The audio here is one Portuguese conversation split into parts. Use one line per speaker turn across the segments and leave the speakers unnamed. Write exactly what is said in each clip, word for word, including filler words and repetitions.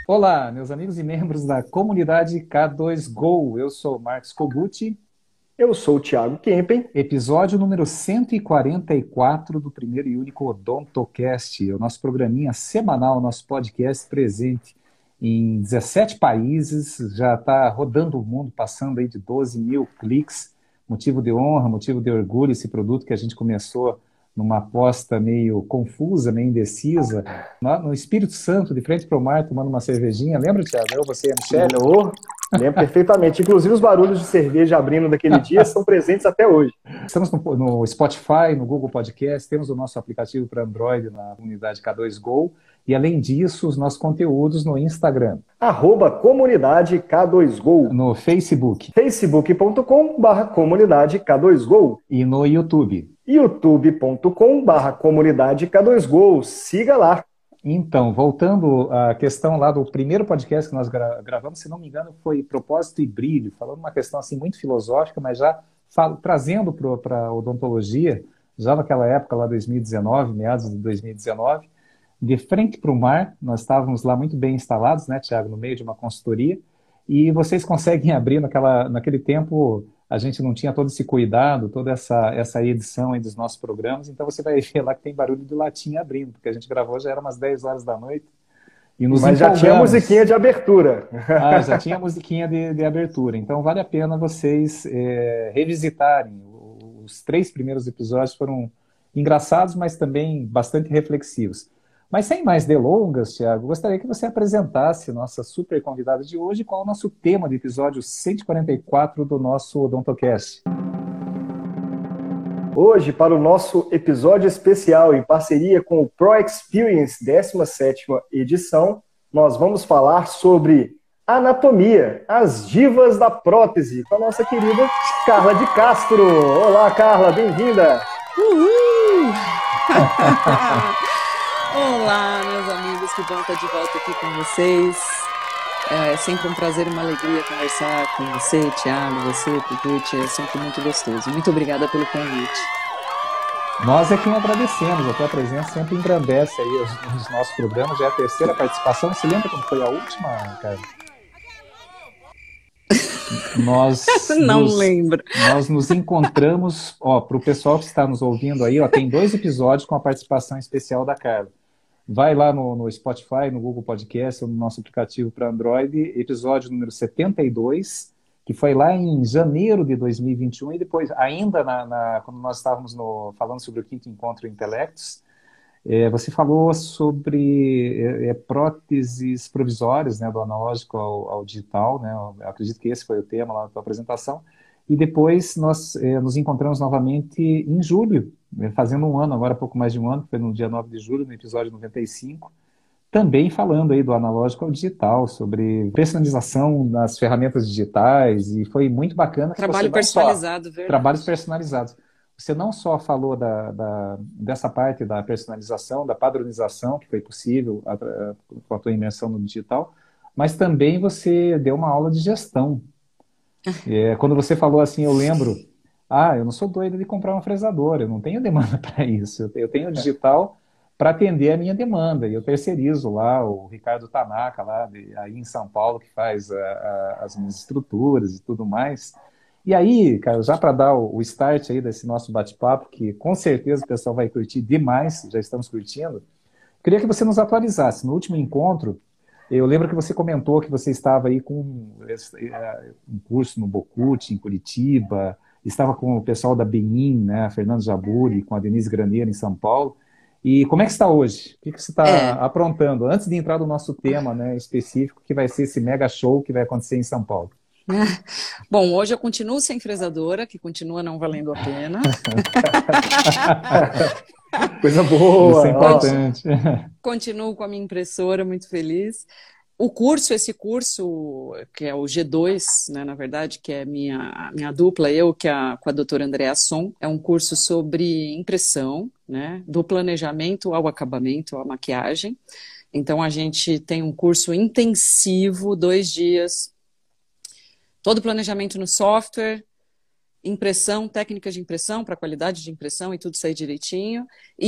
Olá, meus amigos e membros da comunidade K dois Go. Eu sou o Marcos Koguchi.
Eu sou o Thiago Kempen.
Episódio número cento e quarenta e quatro do primeiro e único OdontoCast, o nosso programinha semanal, nosso podcast presente em dezessete países, já está rodando o mundo, passando aí de doze mil cliques. Motivo de honra, motivo de orgulho esse produto que a gente começou numa aposta meio confusa, meio indecisa, no, no Espírito Santo, de frente para o mar, tomando uma cervejinha. Lembra, Thiago? Eu, você e a Michelle?
Oh, lembro perfeitamente. Inclusive, os barulhos de cerveja abrindo daquele dia são presentes até hoje.
Estamos no, no Spotify, no Google Podcast, temos o nosso aplicativo para Android na comunidade K dois Go, e além disso, os nossos conteúdos no Instagram,
Arroba comunidade K dois Go,
no Facebook
facebook ponto com barra comunidade K dois Go
e no YouTube.
youtube ponto com barra comunidade K dois Go. Siga lá.
Então, voltando à questão lá do primeiro podcast que nós gra gravamos, se não me engano, foi Propósito e Brilho, falando uma questão assim muito filosófica, mas já falo, trazendo para a odontologia, já naquela época, lá dois mil e dezenove, meados de dois mil e dezenove, de frente para o mar, nós estávamos lá muito bem instalados, né, Thiago, no meio de uma consultoria, e vocês conseguem abrir naquela, naquele tempo, a gente não tinha todo esse cuidado, toda essa, essa edição aí dos nossos programas, então você vai ver lá que tem barulho de latinha abrindo, porque a gente gravou já era umas dez horas da noite, e nos
Mas já tinha musiquinha
empolgamos.
de abertura.
Ah, já tinha musiquinha de, de abertura, então vale a pena vocês é, revisitarem. Os três primeiros episódios foram engraçados, mas também bastante reflexivos. Mas sem mais delongas, Thiago, gostaria que você apresentasse nossa super convidada de hoje, qual é o nosso tema do episódio cento e quarenta e quatro do nosso OdontoCast.
Hoje, para o nosso episódio especial, em parceria com o Pro Experience décima sétima edição, nós vamos falar sobre anatomia, as divas da prótese, com a nossa querida Carla de Castro. Olá, Carla, bem-vinda!
Uhul! Olá, meus amigos, que bom estar de volta aqui com vocês. É sempre um prazer e uma alegria conversar com você, Thiago, você, Pupucci, é sempre muito gostoso. Muito obrigada pelo convite.
Nós é quem agradecemos, a tua presença sempre engrandece aí os, os nossos programas, já é a terceira participação. Você lembra como foi a última, cara? Nós
Não
nos,
lembro.
Nós nos encontramos, ó, para o pessoal que está nos ouvindo aí, ó, tem dois episódios com a participação especial da Carla. Vai lá no, no Spotify, no Google Podcast, ou no nosso aplicativo para Android, episódio número setenta e dois, que foi lá em janeiro de dois mil e vinte e um, e depois, ainda na, na, quando nós estávamos no, falando sobre o quinto encontro Intelectus, é, você falou sobre é, é, próteses provisórias, né, do analógico ao, ao digital, né, eu acredito que esse foi o tema lá da tua apresentação, e depois nós é, nos encontramos novamente em julho, né, fazendo um ano, agora pouco mais de um ano, foi no dia nove de julho, no episódio noventa e cinco, também falando aí do analógico ao digital, sobre personalização nas ferramentas digitais, e foi muito bacana que você
Trabalho
não só,
personalizado,
trabalhos
verdade.
personalizados, você não só falou da, da, dessa parte da personalização, da padronização, que foi possível a, a, com a tua imersão no digital, mas também você deu uma aula de gestão. É, quando você falou assim, eu lembro, ah, eu não sou doido de comprar uma fresadora, eu não tenho demanda para isso, eu tenho, eu tenho o digital para atender a minha demanda, e eu terceirizo lá o Ricardo Tanaka, lá de, aí em São Paulo, que faz a, a, as minhas estruturas e tudo mais. E aí, cara, já para dar o, o start aí desse nosso bate-papo, que com certeza o pessoal vai curtir demais, já estamos curtindo, queria que você nos atualizasse. No último encontro, eu lembro que você comentou que você estava aí com esse, é, um curso no Bocuti, em Curitiba, estava com o pessoal da Benin, né, Fernando Jaburi, com a Denise Graneiro em São Paulo. E como é que está hoje? O que, que você está
É.
aprontando? Antes de entrar no nosso tema, né, específico, que vai ser esse mega show que vai acontecer em São Paulo.
Bom, hoje eu continuo sem fresadora, que continua não valendo a pena.
Coisa
Isso é
boa! Ó.
importante.
Continuo com a minha impressora, muito feliz. O curso, esse curso, que é o G dois, né, na verdade, que é minha, a minha dupla, eu que a, com a doutora Andréa Son, é um curso sobre impressão, né, do planejamento ao acabamento, à maquiagem. Então, a gente tem um curso intensivo, dois dias, todo planejamento no software, impressão, técnicas de impressão para qualidade de impressão e tudo sair direitinho, e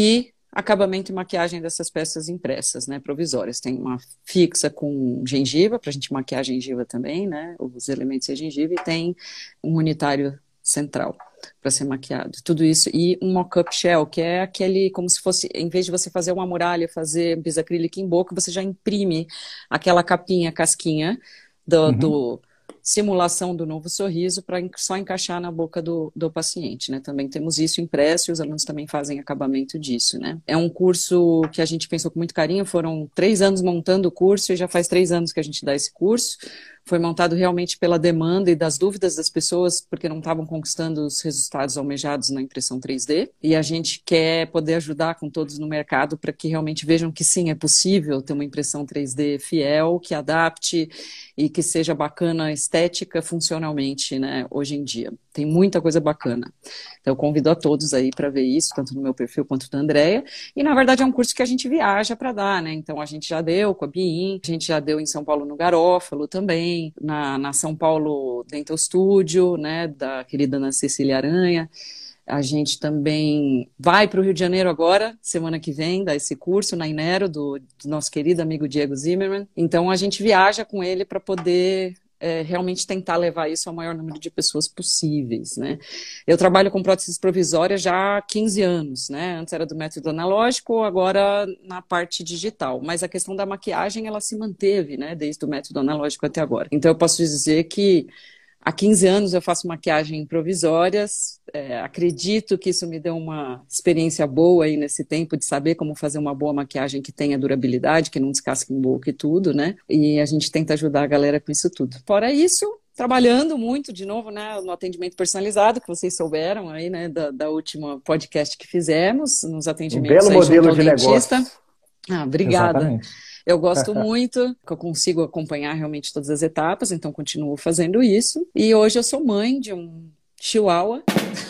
acabamento e maquiagem dessas peças impressas, né, provisórias. Tem uma fixa com gengiva, para a gente maquiar a gengiva também, né, os elementos da gengiva, e tem um unitário central para ser maquiado. Tudo isso, e um mock-up shell, que é aquele, como se fosse, em vez de você fazer uma muralha, fazer piso acrílico em boca, você já imprime aquela capinha, casquinha, do,
Uhum.
do simulação do novo sorriso para só encaixar na boca do, do paciente, né? Também temos isso impresso e os alunos também fazem acabamento disso, né? É um curso que a gente pensou com muito carinho, foram três anos montando o curso e já faz três anos que a gente dá esse curso. Foi montado realmente pela demanda e das dúvidas das pessoas, porque não estavam conquistando os resultados almejados na impressão três D. E a gente quer poder ajudar com todos no mercado para que realmente vejam que sim, é possível ter uma impressão três D fiel, que adapte e que seja bacana estética, funcionalmente, né, hoje em dia. Tem muita coisa bacana. Então, eu convido a todos aí para ver isso, tanto no meu perfil quanto da Andrea. E, na verdade, é um curso que a gente viaja para dar, né? Então, a gente já deu com a Biim, a gente já deu em São Paulo no Garófalo também, na, na São Paulo Dental Studio, né, da querida Ana Cecília Aranha. A gente também vai para o Rio de Janeiro agora, semana que vem, dar esse curso na Inero, do, do nosso querido amigo Diego Zimmermann. Então, a gente viaja com ele para poder é, realmente tentar levar isso ao maior número de pessoas possíveis, né? Eu trabalho com próteses provisórias já há quinze anos, né? Antes era do método analógico, agora na parte digital. Mas a questão da maquiagem, ela se manteve, né? Desde o método analógico até agora. Então, eu posso dizer que há quinze anos eu faço maquiagem provisórias, é, acredito que isso me deu uma experiência boa aí nesse tempo de saber como fazer uma boa maquiagem que tenha durabilidade, que não descasque em boca e tudo, né? E a gente tenta ajudar a galera com isso tudo. Fora isso, trabalhando muito, de novo, né, no atendimento personalizado, que vocês souberam aí, né, da, da última podcast que fizemos, nos atendimentos
Um belo
aí junto
modelo
ao
de
dentista.
negócio.
Ah, obrigada.
Exatamente.
Eu gosto muito, que eu consigo acompanhar realmente todas as etapas, então continuo fazendo isso. E hoje eu sou mãe de um chihuahua.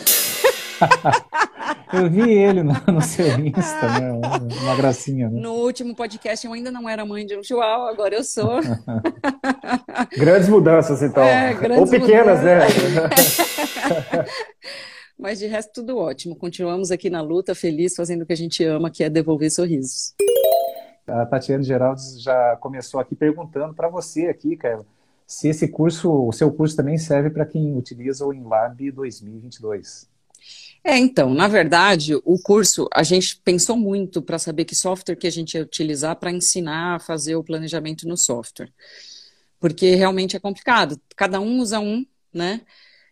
Eu vi ele no, no seu Insta, né? Uma, uma gracinha, né?
No último podcast eu ainda não era mãe de um chihuahua, agora eu sou.
Grandes mudanças, então.
É, grandes
Ou pequenas,
mudanças.
né?
Mas de resto tudo ótimo. Continuamos aqui na luta, feliz, fazendo o que a gente ama, que é devolver sorrisos.
A Tatiana Geraldes já começou aqui perguntando para você aqui, Carla, se esse curso, o seu curso também serve para quem utiliza o Inlab dois mil e vinte e dois.
É, então, na verdade, o curso, a gente pensou muito para saber que software que a gente ia utilizar para ensinar a fazer o planejamento no software. Porque realmente é complicado. Cada um usa um, né?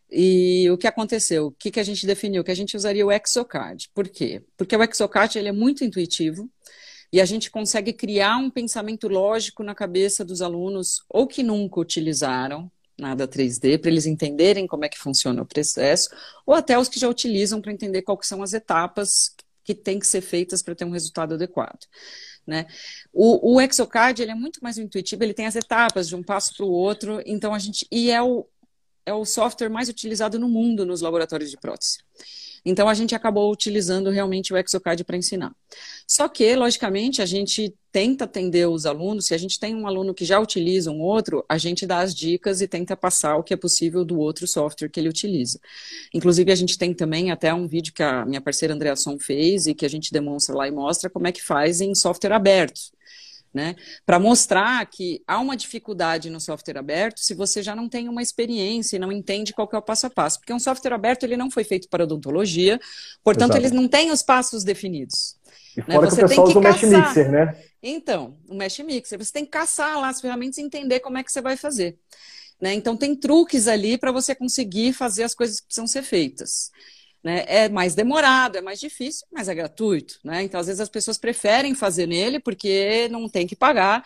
E o que aconteceu? O que, que a gente definiu? Que a gente usaria o Exocad. Por quê? Porque o Exocad ele é muito intuitivo e a gente consegue criar um pensamento lógico na cabeça dos alunos ou que nunca utilizaram nada três D, para eles entenderem como é que funciona o processo, ou até os que já utilizam para entender quais são as etapas que têm que ser feitas para ter um resultado adequado. Né? O, o Exocad ele é muito mais intuitivo, ele tem as etapas de um passo para o outro, então a gente. E é o, é o software mais utilizado no mundo nos laboratórios de prótese. Então a gente acabou utilizando realmente o Exocad para ensinar. Só que, logicamente, a gente tenta atender os alunos, se a gente tem um aluno que já utiliza um outro, a gente dá as dicas e tenta passar o que é possível do outro software que ele utiliza. Inclusive, a gente tem também até um vídeo que a minha parceira Andrea Son fez e que a gente demonstra lá e mostra como é que faz em software aberto. Né? Para mostrar que há uma dificuldade no software aberto se você já não tem uma experiência e não entende qual que é o passo a passo. Porque um software aberto ele não foi feito para odontologia, portanto,
Exato.
ele não tem os passos definidos.
E fora
né?
que
Você
o pessoal
tem que
usa o Mesh
caçar.
Mixer, né?
Então, o Mesh Mixer, você tem que caçar lá as ferramentas e entender como é que você vai fazer. Né? Então, tem truques ali para você conseguir fazer as coisas que precisam ser feitas. Né? É mais demorado, é mais difícil, mas é gratuito. Né? Então, às vezes, as pessoas preferem fazer nele porque não tem que pagar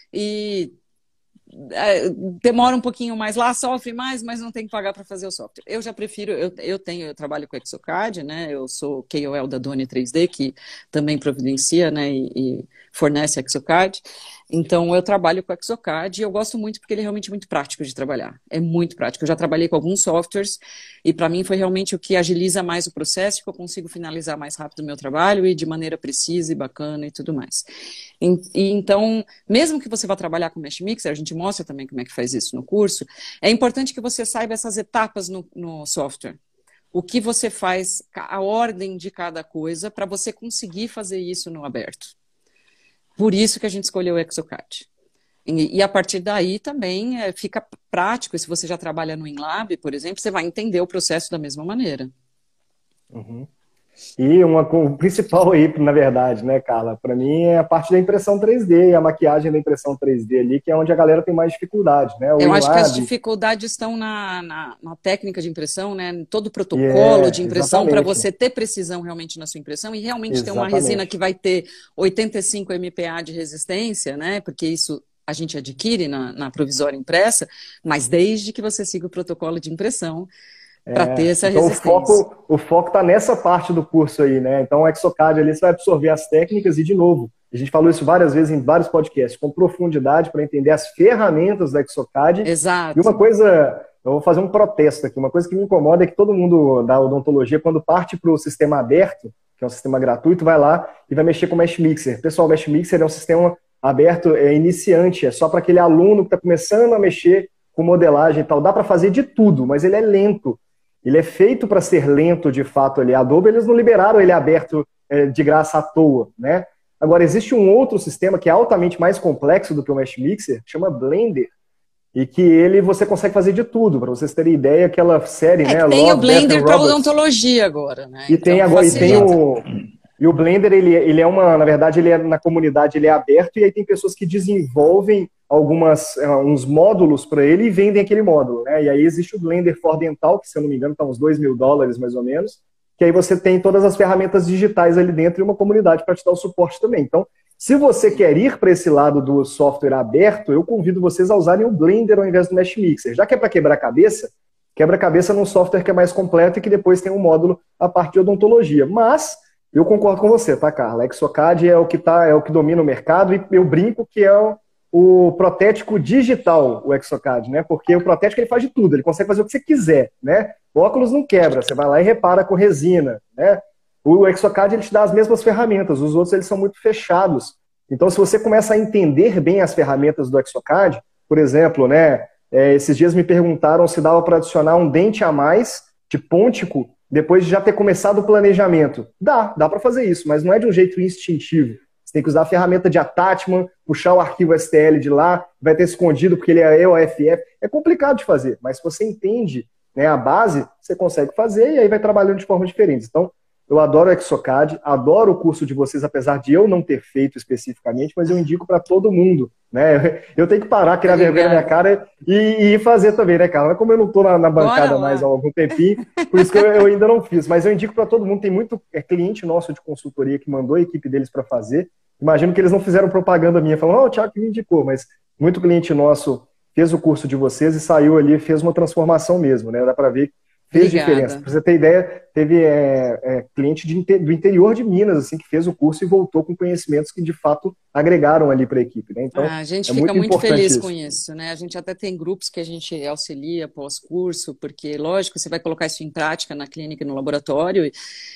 e é, demora um pouquinho mais lá, sofre mais, mas não tem que pagar para fazer o software. Eu já prefiro, eu, eu tenho, eu trabalho com o Exocad, né? Eu sou K O L da Doni três D, que também providencia, né? E, e fornece Exocad. Então, eu trabalho com o Exocad e eu gosto muito porque ele é realmente muito prático de trabalhar. É muito prático. Eu já trabalhei com alguns softwares e para mim foi realmente o que agiliza mais o processo, que eu consigo finalizar mais rápido o meu trabalho e de maneira precisa e bacana e tudo mais. E, e então, mesmo que você vá trabalhar com Mesh Mixer, a gente mostra também como é que faz isso no curso, é importante que você saiba essas etapas no, no software. o que você faz, a ordem de cada coisa, para você conseguir fazer isso no aberto. Por isso que a gente escolheu o Exocad. E, e a partir daí também é, fica prático, e se você já trabalha no InLab, por exemplo, você vai entender o processo da mesma maneira.
Uhum. E uma, o principal aí, na verdade, né, Carla, para mim é a parte da impressão três D e a maquiagem da impressão três D ali, que é onde a galera tem mais dificuldade, né? O
Eu acho que as
InLab,
dificuldades estão na, na, na técnica de impressão, né? Em todo o protocolo
é,
de impressão para
exatamente.
você ter precisão realmente na sua impressão e realmente ter uma
Exatamente.
resina que vai ter oitenta e cinco M P A de resistência, né? Porque isso a gente adquire na, na provisória impressa, mas desde que você siga o protocolo de impressão para
É,
ter essa
então
resistência.
o foco o foco está nessa parte do curso aí, né? Então o Exocad ali você vai absorver as técnicas e, de novo, a gente falou isso várias vezes em vários podcasts, com profundidade para entender as ferramentas do Exocad.
Exato.
E uma coisa, eu vou fazer um protesto aqui, uma coisa que me incomoda é que todo mundo da odontologia, quando parte para o sistema aberto, que é um sistema gratuito, vai lá e vai mexer com o Mesh Mixer. Pessoal, o Mesh Mixer é um sistema aberto, é iniciante, é só para aquele aluno que está começando a mexer com modelagem e tal. Dá para fazer de tudo, mas ele é lento. Ele é feito para ser lento, de fato, ali. A Adobe, eles não liberaram ele aberto é, de graça à toa, né? Agora, existe um outro sistema que é altamente mais complexo do que o Mesh Mixer, que chama Blender, e que ele você consegue fazer de tudo. Para vocês terem ideia, aquela série,
É
né?
que tem
Love,
o Blender para
Robots.
odontologia agora, né?
E tem
Então,
agora, e tem
facilita.
o... E o Blender, ele, ele é uma, na verdade, ele é na comunidade, ele é aberto, e aí tem pessoas que desenvolvem algumas, uh, uns módulos para ele e vendem aquele módulo, né? E aí existe o Blender for Dental, que se eu não me engano está uns dois mil dólares mais ou menos, que aí você tem todas as ferramentas digitais ali dentro e uma comunidade para te dar o suporte também. Então, se você quer ir para esse lado do software aberto, eu convido vocês a usarem o Blender ao invés do Mesh Mixer. Já que é para quebrar cabeça, quebra cabeça num software que é mais completo e que depois tem um módulo a parte de odontologia. Mas eu concordo com você, tá, Carla? Exocad é o que tá, é o que domina o mercado, e eu brinco que é o, o protético digital, o Exocad, né? Porque o protético ele faz de tudo, ele consegue fazer o que você quiser, né? O óculos não quebra, você vai lá e repara com resina, né? O Exocad ele te dá as mesmas ferramentas, os outros eles são muito fechados. Então, se você começa a entender bem as ferramentas do Exocad, por exemplo, né? É, esses dias me perguntaram se dava para adicionar um dente a mais de pôntico depois de já ter começado o planejamento. Dá, dá para fazer isso, mas não é de um jeito instintivo. Você tem que usar a ferramenta de attachment, puxar o arquivo S T L de lá, vai ter escondido porque ele é E O F F. É complicado de fazer, mas se você entende, né, a base, você consegue fazer e aí vai trabalhando de forma diferente. Então, eu adoro o Exocad, adoro o curso de vocês, apesar de eu não ter feito especificamente, mas eu indico para todo mundo, né? Eu tenho que parar, criar vergonha na minha cara e, e fazer também, né, Carla? Como eu não estou na, na bancada mais há algum tempinho, por isso que eu, eu ainda não fiz. Mas eu indico para todo mundo, tem muito é, cliente nosso de consultoria que mandou a equipe deles para fazer. Imagino que eles não fizeram propaganda minha, falando, oh, o Thiago que me indicou, mas muito cliente nosso fez o curso de vocês e saiu ali, fez uma transformação mesmo, né? Dá para ver que fez
Obrigada.
diferença. Pra você ter ideia, teve é, é, cliente de, do interior de Minas, assim, que fez o curso e voltou com conhecimentos que, de fato, agregaram ali para a equipe, né? Então,
ah, a gente
é
fica
muito,
muito feliz
isso.
com isso, né? A gente até tem grupos que a gente auxilia pós-curso, porque, lógico, você vai colocar isso em prática na clínica e no laboratório, e,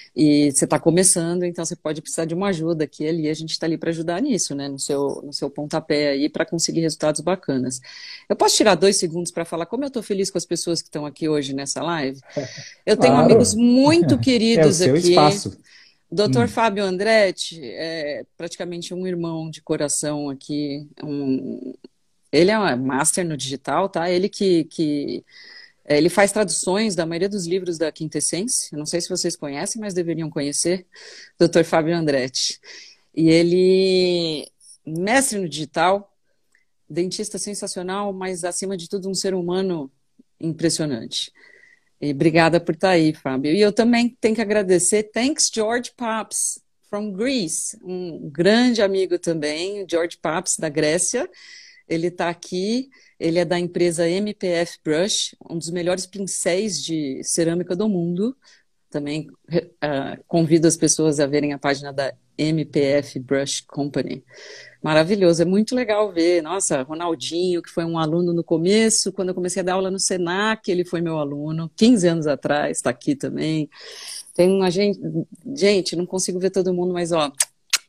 e você está começando, então você pode precisar de uma ajuda aqui e ali, a gente está ali para ajudar nisso, né? No seu, no seu pontapé aí, para conseguir resultados bacanas. Eu posso tirar dois segundos para falar como eu estou feliz com as pessoas que estão aqui hoje nessa live? Eu tenho
Claro.
amigos muito queridos
é o seu
aqui.
Espaço.
doutor
Hum.
Fábio Andretti é praticamente um irmão de coração aqui. Um... Ele é um master no digital, tá? Ele que, que ele faz traduções da maioria dos livros da Quintessence. Eu não sei se vocês conhecem, mas deveriam conhecer. doutor Fábio Andretti. E ele, mestre no digital, dentista sensacional, mas acima de tudo um ser humano impressionante. E obrigada por estar aí, Fábio. E eu também tenho que agradecer, thanks George Paps, from Greece, um grande amigo também, George Paps, da Grécia. Ele está aqui, ele é da empresa M P F Brush, um dos melhores pincéis de cerâmica do mundo. Também uh, convido as pessoas a verem a página da M P F Brush Company. Maravilhoso, é muito legal ver. Nossa, Ronaldinho, que foi um aluno no começo, quando eu comecei a dar aula no Senac, ele foi meu aluno, quinze anos atrás, está aqui também. Tem uma gente, gente, não consigo ver todo mundo, mas ó.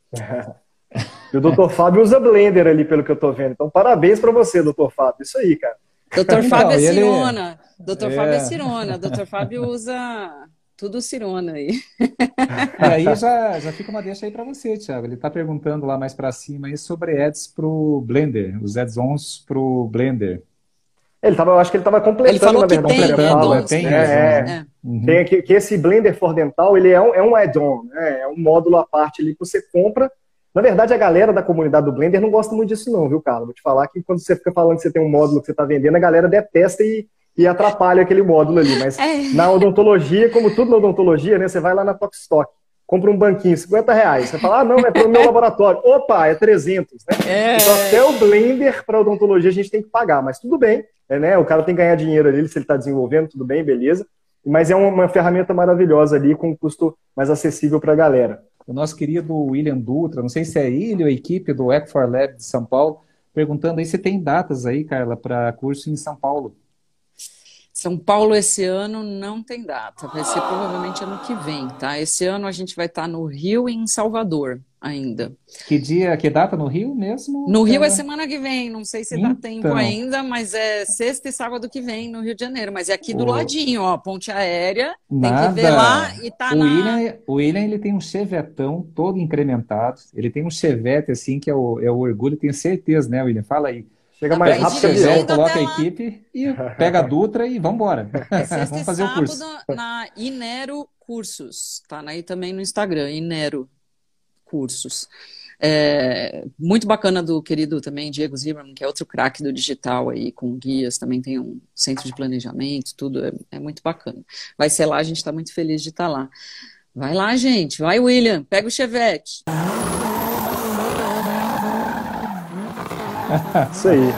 E o doutor Fábio usa Blender ali, pelo que eu tô vendo. Então, parabéns para você, doutor Fábio. Isso aí, cara.
doutor Fábio
Então,
é
ele-
Cirona. doutor
É.
Fábio é Cirona. doutor Fábio usa tudo cirona aí.
E aí já, já fica uma deixa aí para você, Thiago. Ele está perguntando lá mais para cima aí sobre ads para o Blender, os add-ons para o Blender.
Ele tava, eu acho que ele estava
Ele
completando,
falou
na
que
verdade,
tem
a fala.
add-ons,
tem
né?
add-ons,
É,
né?
é.
É.
Uhum.
Tem aqui, que esse Blender for Dental, ele é um, é um add-on, né? É um módulo à parte ali que você compra. Na verdade, a galera da comunidade do Blender não gosta muito disso não, viu, Carlos? Vou te falar que quando você fica falando que você tem um módulo que você está vendendo, a galera detesta e, e atrapalha aquele módulo ali. Mas
É.
na odontologia, como tudo na odontologia, né? Você vai lá na Tokstok, compra um banquinho, cinquenta reais. Você fala, ah, não, é para o meu laboratório. Opa, é trezentos, né?
É.
Então até o Blender para odontologia a gente tem que pagar, mas tudo bem. É, né? O cara tem que ganhar dinheiro ali, se ele está desenvolvendo, tudo bem, beleza. Mas é uma, uma ferramenta maravilhosa ali, com um custo mais acessível para a galera.
O nosso querido William Dutra, não sei se é ele ou a equipe do Eco for Lab de São Paulo, perguntando aí se tem datas aí, Carla, para curso em São Paulo.
São Paulo esse ano não tem data, vai ser provavelmente ano que vem, tá? Esse ano a gente vai estar no Rio e em Salvador ainda.
Que dia, que data no Rio mesmo?
No Rio é
Carla?
semana que vem, não sei se dá
Então.
tempo ainda, mas é sexta e sábado que vem no Rio de Janeiro, mas é aqui do
O-
ladinho, ó, ponte aérea, tem que
Nada.
ver lá e tá
o
na...
William, o William, ele tem um chevetão todo incrementado. Ele tem um chevette, assim, que é o, é o orgulho, tenho certeza, né, William? Fala aí.
Chega
Dá
mais
pra ir
rápido que
Chevette,
avião.
dirigindo
coloca
até
a
lá.
equipe e pega a Dutra e vambora.
É sexta
Vamos
e
fazer o curso.
sábado na Inero Cursos, tá aí também no Instagram, Inero Cursos. É, muito bacana do querido também Diego Zimmermann, que é outro craque do digital aí, com guias, também tem um centro de planejamento, tudo, é, é muito bacana. Vai ser lá, a gente está muito feliz de estar lá. Vai lá, gente, vai, William, pega o Chevette.
Isso aí.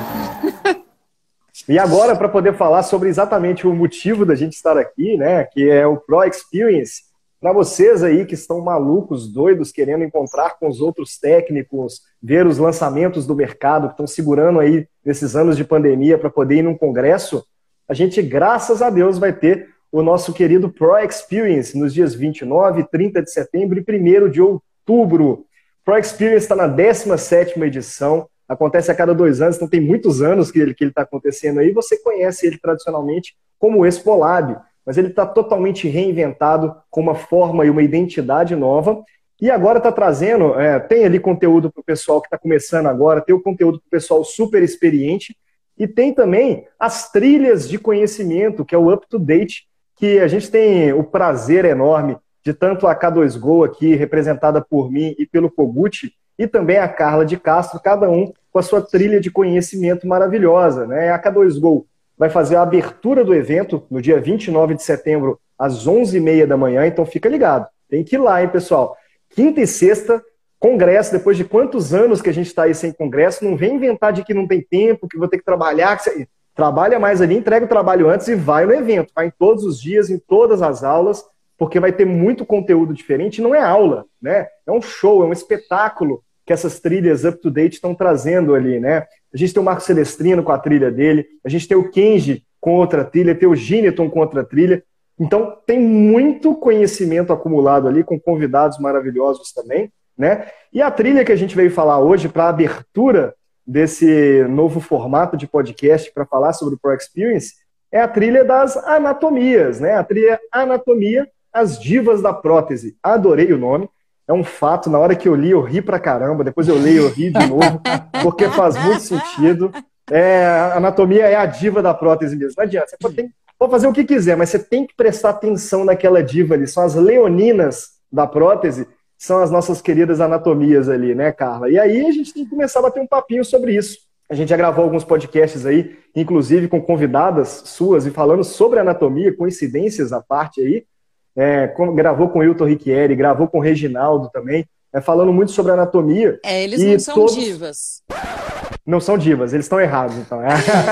E agora, para poder falar sobre exatamente o motivo da gente estar aqui, né, que é o Pro Experience, para vocês aí que estão malucos, doidos, querendo encontrar com os outros técnicos, ver os lançamentos do mercado, que estão segurando aí nesses anos de pandemia para poder ir num congresso, a gente, graças a Deus, vai ter o nosso querido Pro Experience nos dias vinte e nove, trinta de setembro e primeiro de outubro. Pro Experience está na décima sétima edição, acontece a cada dois anos, então tem muitos anos que ele que ele está acontecendo aí. Você conhece ele tradicionalmente como o Expo Lab, mas ele está totalmente reinventado, com uma forma e uma identidade nova. E agora está trazendo, é, tem ali conteúdo para o pessoal que está começando agora, tem o conteúdo para o pessoal super experiente, e tem também as trilhas de conhecimento, que é o Up to Date, que a gente tem o prazer enorme de tanto a K dois Go aqui, representada por mim e pelo Koguchi, e também a Carla de Castro, cada um com a sua trilha de conhecimento maravilhosa, né? A K dois Go vai fazer a abertura do evento no dia vinte e nove de setembro, às onze e meia da manhã, então fica ligado. Tem que ir lá, hein, pessoal? Quinta e sexta, congresso, depois de quantos anos que a gente está aí sem congresso, não vem inventar de que não tem tempo, que vou ter que trabalhar, que você... trabalha mais ali, entrega o trabalho antes e vai no evento. Vai em todos os dias, em todas as aulas, porque vai ter muito conteúdo diferente. Não é aula, né? É um show, é um espetáculo que essas trilhas up-to-date estão trazendo ali, né? A gente tem o Marco Celestrino com a trilha dele, a gente tem o Kenji com outra trilha, tem o Gineton com outra trilha. Então, tem muito conhecimento acumulado ali, com convidados maravilhosos também, né? E a trilha que a gente veio falar hoje, para a abertura desse novo formato de podcast para falar sobre o Pro Experience, é a trilha das anatomias, né? A trilha Anatomia, as divas da prótese. Adorei o nome. É um fato, na hora que eu li, eu ri pra caramba, depois eu leio, eu ri de novo, porque faz muito sentido. É, a anatomia é a diva da prótese mesmo. Não adianta, você pode, tem, pode fazer o que quiser, mas você tem que prestar atenção naquela diva ali. São as leoninas da prótese, são as nossas queridas anatomias ali, né, Carla? E aí a gente tem que começar a bater um papinho sobre isso. A gente já gravou alguns podcasts aí, inclusive com convidadas suas, e falando sobre anatomia, coincidências à parte aí. É, com, gravou com o Hilton Riquieri, gravou com o Reginaldo também, é, falando muito sobre anatomia.
É, eles
e
não são
todos...
divas.
Não são divas, eles estão errados, então.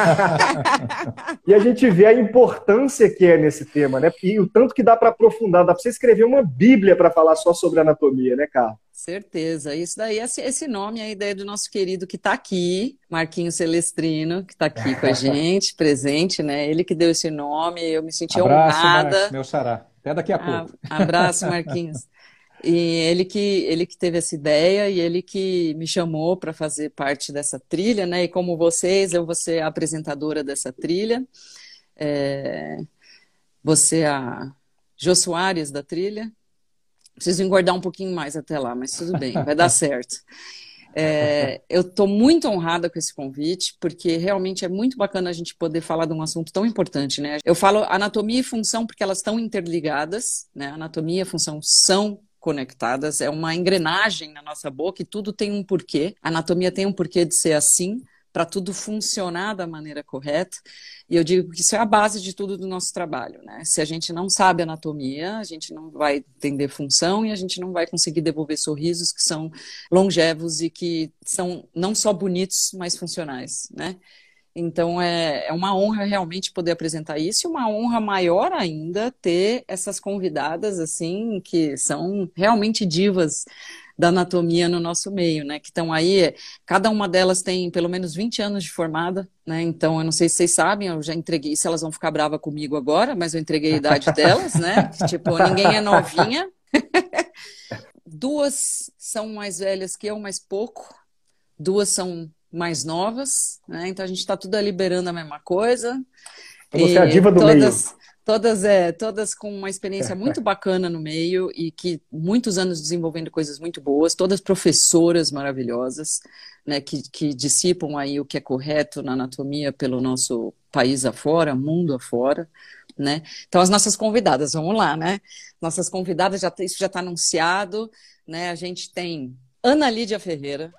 E a gente vê a importância que é nesse tema, né? E o tanto que dá para aprofundar, dá para você escrever uma bíblia para falar só sobre anatomia, né, Carla?
Certeza. Isso daí, esse nome é a ideia do nosso querido que está aqui, Marquinhos Celestrino, que está aqui com a gente, presente, né? Ele que deu esse nome, eu me senti
Abraço,
honrada.
Marcos, meu xará. Até daqui a pouco.
Abraço, Marquinhos. E ele que, ele que teve essa ideia e ele que me chamou para fazer parte dessa trilha, né? E como vocês, eu vou ser a apresentadora dessa trilha. É... Você a Jô Soares, da trilha. Preciso engordar um pouquinho mais até lá, mas tudo bem, vai dar certo. É, eu estou muito honrada com esse convite, porque realmente é muito bacana a gente poder falar de um assunto tão importante, né? Eu falo anatomia e função porque elas estão interligadas, né? Anatomia e função são conectadas, é uma engrenagem na nossa boca e tudo tem um porquê. A anatomia tem um porquê de ser assim, para tudo funcionar da maneira correta. E eu digo que isso é a base de tudo do nosso trabalho, né? Se a gente não sabe anatomia, a gente não vai entender função e a gente não vai conseguir devolver sorrisos que são longevos e que são não só bonitos, mas funcionais, né? Então é, é uma honra realmente poder apresentar isso e uma honra maior ainda ter essas convidadas assim que são realmente divas da anatomia no nosso meio, né, que estão aí, cada uma delas tem pelo menos vinte anos de formada, né, então eu não sei se vocês sabem, eu já entreguei, se elas vão ficar bravas comigo agora, mas eu entreguei a idade delas, né, tipo, ninguém é novinha, duas são mais velhas que eu, mas pouco, duas são mais novas, né, então a gente está tudo liberando a mesma coisa.
Você é a diva do
todas...
meio.
Todas, é, todas com uma experiência muito bacana no meio e que muitos anos desenvolvendo coisas muito boas, todas professoras maravilhosas, né, que, que dissipam aí o que é correto na anatomia pelo nosso país afora, mundo afora, né? Então as nossas convidadas, vamos lá, né? Nossas convidadas, já, isso já está anunciado, né? A gente tem Ana Lídia Ferreira,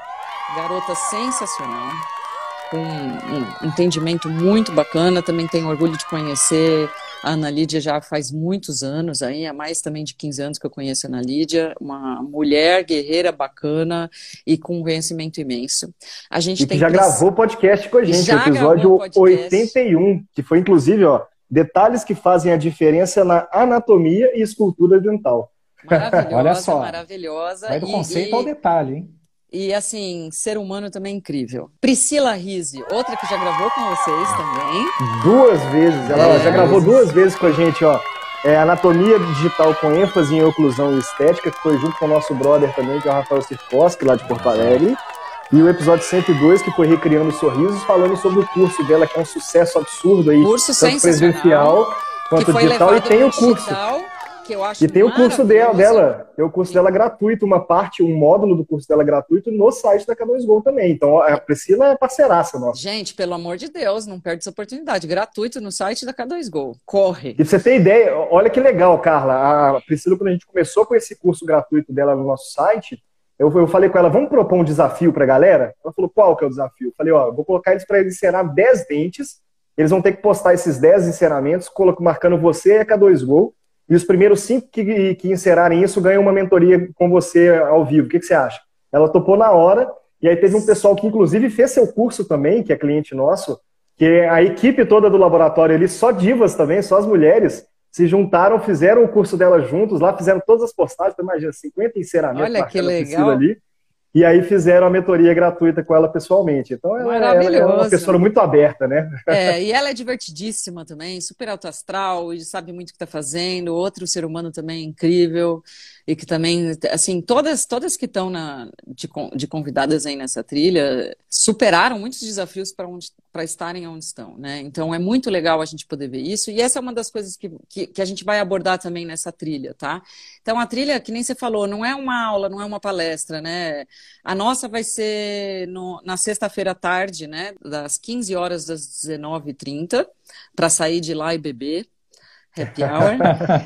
garota sensacional, com um entendimento muito bacana, também tenho orgulho de conhecer a Ana Lídia já faz muitos anos, aí, há mais também de quinze anos que eu conheço a Ana Lídia, uma mulher guerreira bacana e com um conhecimento imenso. A gente
e que
tem
já
Pris...
gravou podcast com a gente,
já
o episódio oitenta e um, que foi inclusive, ó, detalhes que fazem a diferença na anatomia e escultura dental.
Maravilhosa,
Olha só,
maravilhosa.
vai do
e,
conceito
e...
ao detalhe, hein?
E, assim, ser humano também é incrível. Priscila Rizzi, outra que já gravou com vocês também.
Duas vezes. Ela
é.
já gravou duas vezes com a gente, ó. É, Anatomia Digital com ênfase em oclusão e estética, que foi junto com o nosso brother também, que é o Rafael Sirkoski, lá de Porto Alegre. E o episódio cento e dois, que foi Recriando Sorrisos, falando sobre o curso dela, que é um sucesso absurdo aí.
Curso
tanto presencial quanto digital. E tem o curso.
Digital, que eu acho
e tem o curso dela, dela, tem o curso
Sim.
dela gratuito, uma parte, um módulo do curso dela gratuito no site da K dois Go também. Então a Priscila é parceiraça nossa.
Gente, pelo amor de Deus, não perde essa oportunidade. Gratuito no site da K dois Go. Corre.
E pra você ter ideia, olha que legal, Carla. A Priscila, quando a gente começou com esse curso gratuito dela no nosso site, eu, eu falei com ela, vamos propor um desafio pra galera? Ela falou, qual que é o desafio? Eu falei, ó, vou colocar eles para encenar dez dentes, eles vão ter que postar esses dez encenamentos, marcando você e a K dois Go. E os primeiros cinco que, que encerarem isso ganham uma mentoria com você ao vivo. O que, que você acha? Ela topou na hora, e aí teve um pessoal que inclusive fez seu curso também, que é cliente nosso, que a equipe toda do laboratório ali, só divas também, só as mulheres, se juntaram, fizeram o curso dela juntos, lá fizeram todas as postagens, então, imagina, cinquenta enceramentos.
Olha que legal.
Ali. E aí fizeram a mentoria gratuita com ela pessoalmente. Então ela, ela é uma pessoa muito aberta, né?
É, e ela é divertidíssima também, super alto astral, e sabe muito o que está fazendo. Outro ser humano também incrível, e que também, assim, todas, todas que estão na, de, de convidadas aí nessa trilha superaram muitos desafios para para estarem onde estão, né? Então é muito legal a gente poder ver isso, e essa é uma das coisas que, que, que a gente vai abordar também nessa trilha, tá? Então a trilha, que nem você falou, não é uma aula, não é uma palestra, né? A nossa vai ser no, na sexta-feira à tarde, né? Das quinze horas das dezenove e trinta, para sair de lá e beber. Happy hour.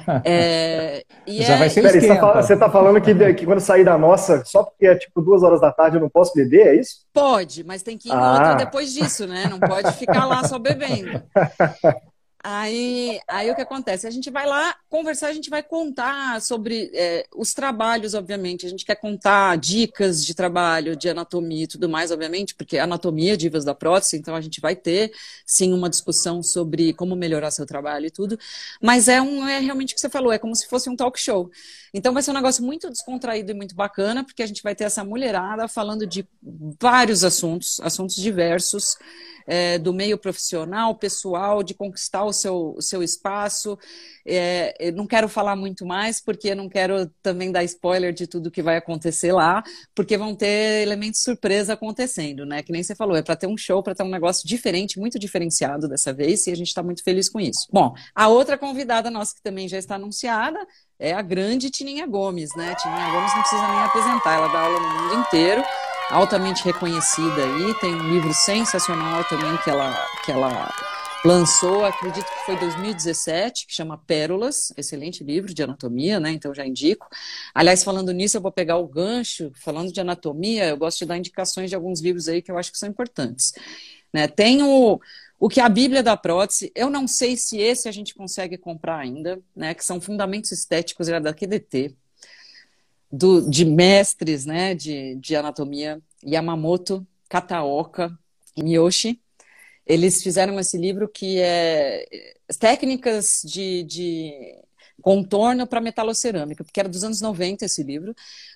É, e
Já
é,
vai ser
Peraí,
esquenta.
você está falando que, que quando sair da nossa, só porque é tipo duas horas da tarde eu não posso beber, é isso?
Pode, mas tem que ir em
ah.
outra depois disso, né? Não pode ficar lá só bebendo. Aí, aí o que acontece? A gente vai lá conversar, a gente vai contar sobre é, os trabalhos, obviamente. A gente quer contar dicas de trabalho, de anatomia e tudo mais, obviamente, porque anatomia, divas da prótese, então a gente vai ter, sim, uma discussão sobre como melhorar seu trabalho e tudo. Mas é, um, é realmente o que você falou, é como se fosse um talk show. Então vai ser um negócio muito descontraído e muito bacana, porque a gente vai ter essa mulherada falando de vários assuntos, assuntos diversos, é, do meio profissional, pessoal, de conquistar o seu, o seu espaço. É, eu não quero falar muito mais, porque eu não quero também dar spoiler de tudo que vai acontecer lá, porque vão ter elementos surpresa acontecendo, né? Que nem você falou, é para ter um show, para ter um negócio diferente, muito diferenciado dessa vez, e a gente está muito feliz com isso. Bom, a outra convidada nossa que também já está anunciada é a grande Tininha Gomes, né? Tininha Gomes não precisa nem apresentar, ela dá aula no mundo inteiro, altamente reconhecida aí, tem um livro sensacional também que ela, que ela lançou, acredito que foi em dois mil e dezessete, que chama Pérolas, excelente livro de anatomia, né? Então já indico. Aliás, falando nisso, eu vou pegar o gancho, falando de anatomia, eu gosto de dar indicações de alguns livros aí que eu acho que são importantes. Né? Tem o, o que é a Bíblia da Prótese, eu não sei se esse a gente consegue comprar ainda, né? Que são Fundamentos Estéticos, era da Q D T, do, de mestres, né? de, de anatomia, Yamamoto, Kataoka e Miyoshi. Eles fizeram esse livro que é técnicas de, de contorno para metalocerâmica, porque era dos anos noventa esse livro.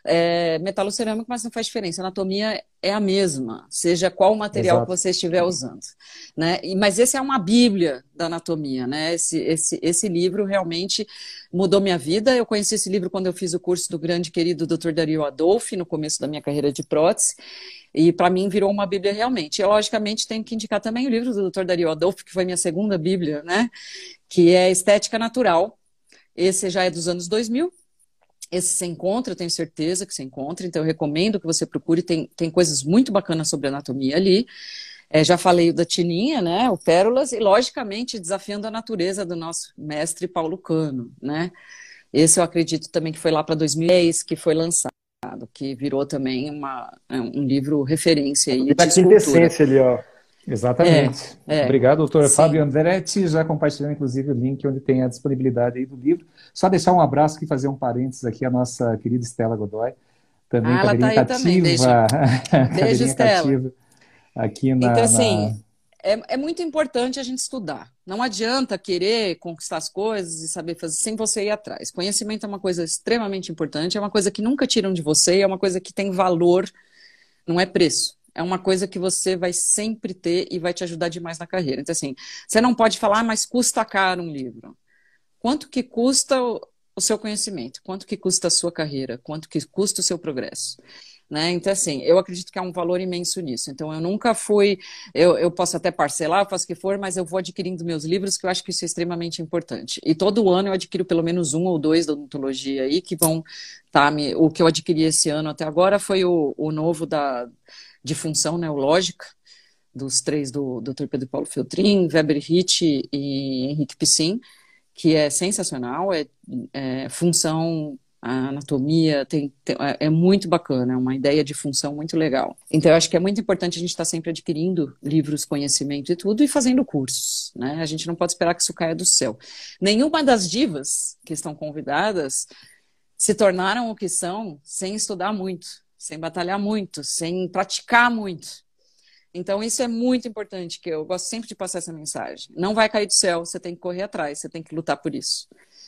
É, metalocerâmica, mas não faz diferença. A anatomia é a mesma, seja qual o material
Exato.
que você estiver usando. Né? E, mas esse é uma bíblia da anatomia. Né? Esse, esse, esse livro realmente mudou minha vida. Eu conheci esse livro quando eu fiz o curso do grande querido doutor Dario Adolphi, no começo da minha carreira de prótese. E para mim virou uma bíblia realmente. Eu, logicamente, tenho que indicar também o livro do doutor Dario Adolphi, que foi minha segunda bíblia, né? Que é Estética Natural. Esse já é dos anos dois mil. Esse você encontra, eu tenho certeza que você encontra, então eu recomendo que você procure. Tem, tem coisas muito bacanas sobre anatomia ali. É, já falei da Tininha, né? O Pérolas, e logicamente Desafiando a Natureza do nosso mestre Paulo Cano, né? Esse eu acredito também que foi lá para dois mil e dez que foi lançado, que virou também uma, um livro referência aí
Da
de
quinta
escultura.
essência ali, ó.
Exatamente.
É, é,
Obrigado, doutor
sim.
Fábio Andretti, já compartilhando, inclusive, o link onde tem a disponibilidade aí do livro. Só deixar um abraço aqui, fazer um parênteses aqui, a nossa querida Estela Godoy, também
Ah, ela tá
cadeirinha
aí também, beijo.
cativa,
Beijo,
cadeirinha
Estela.
cativa aqui
Então,
na, na...
assim, é, é muito importante a gente estudar. Não adianta querer conquistar as coisas e saber fazer sem você ir atrás. Conhecimento é uma coisa extremamente importante, é uma coisa que nunca tiram de você, é uma coisa que tem valor, não é preço. É uma coisa que você vai sempre ter e vai te ajudar demais na carreira. Então, assim, você não pode falar, ah, mas custa caro um livro. Quanto que custa o, o seu conhecimento? Quanto que custa a sua carreira? Quanto que custa o seu progresso? Né? Então, assim, eu acredito que há um valor imenso nisso. Então, eu nunca fui... Eu, eu posso até parcelar, eu faço o que for, mas eu vou adquirindo meus livros, que eu acho que isso é extremamente importante. E todo ano eu adquiro pelo menos um ou dois da odontologia aí, que vão... Tá, me, o que eu adquiri esse ano até agora foi o, o novo da... de função neológica, dos três do doutor Pedro Paulo Feltrin, Weber Hitt e Henrique Pissin, que é sensacional, é, é função, a anatomia, tem, tem, é muito bacana, é uma ideia de função muito legal. Então, eu acho que é muito importante a gente estar sempre adquirindo livros, conhecimento e tudo, e fazendo cursos, né? A gente não pode esperar que isso caia do céu. Nenhuma das divas que estão convidadas se tornaram o que são sem estudar muito, sem batalhar muito, sem praticar muito. Então, isso é muito importante, que eu gosto sempre de passar essa mensagem. Não vai cair do céu, você tem que correr atrás, você tem que lutar por isso.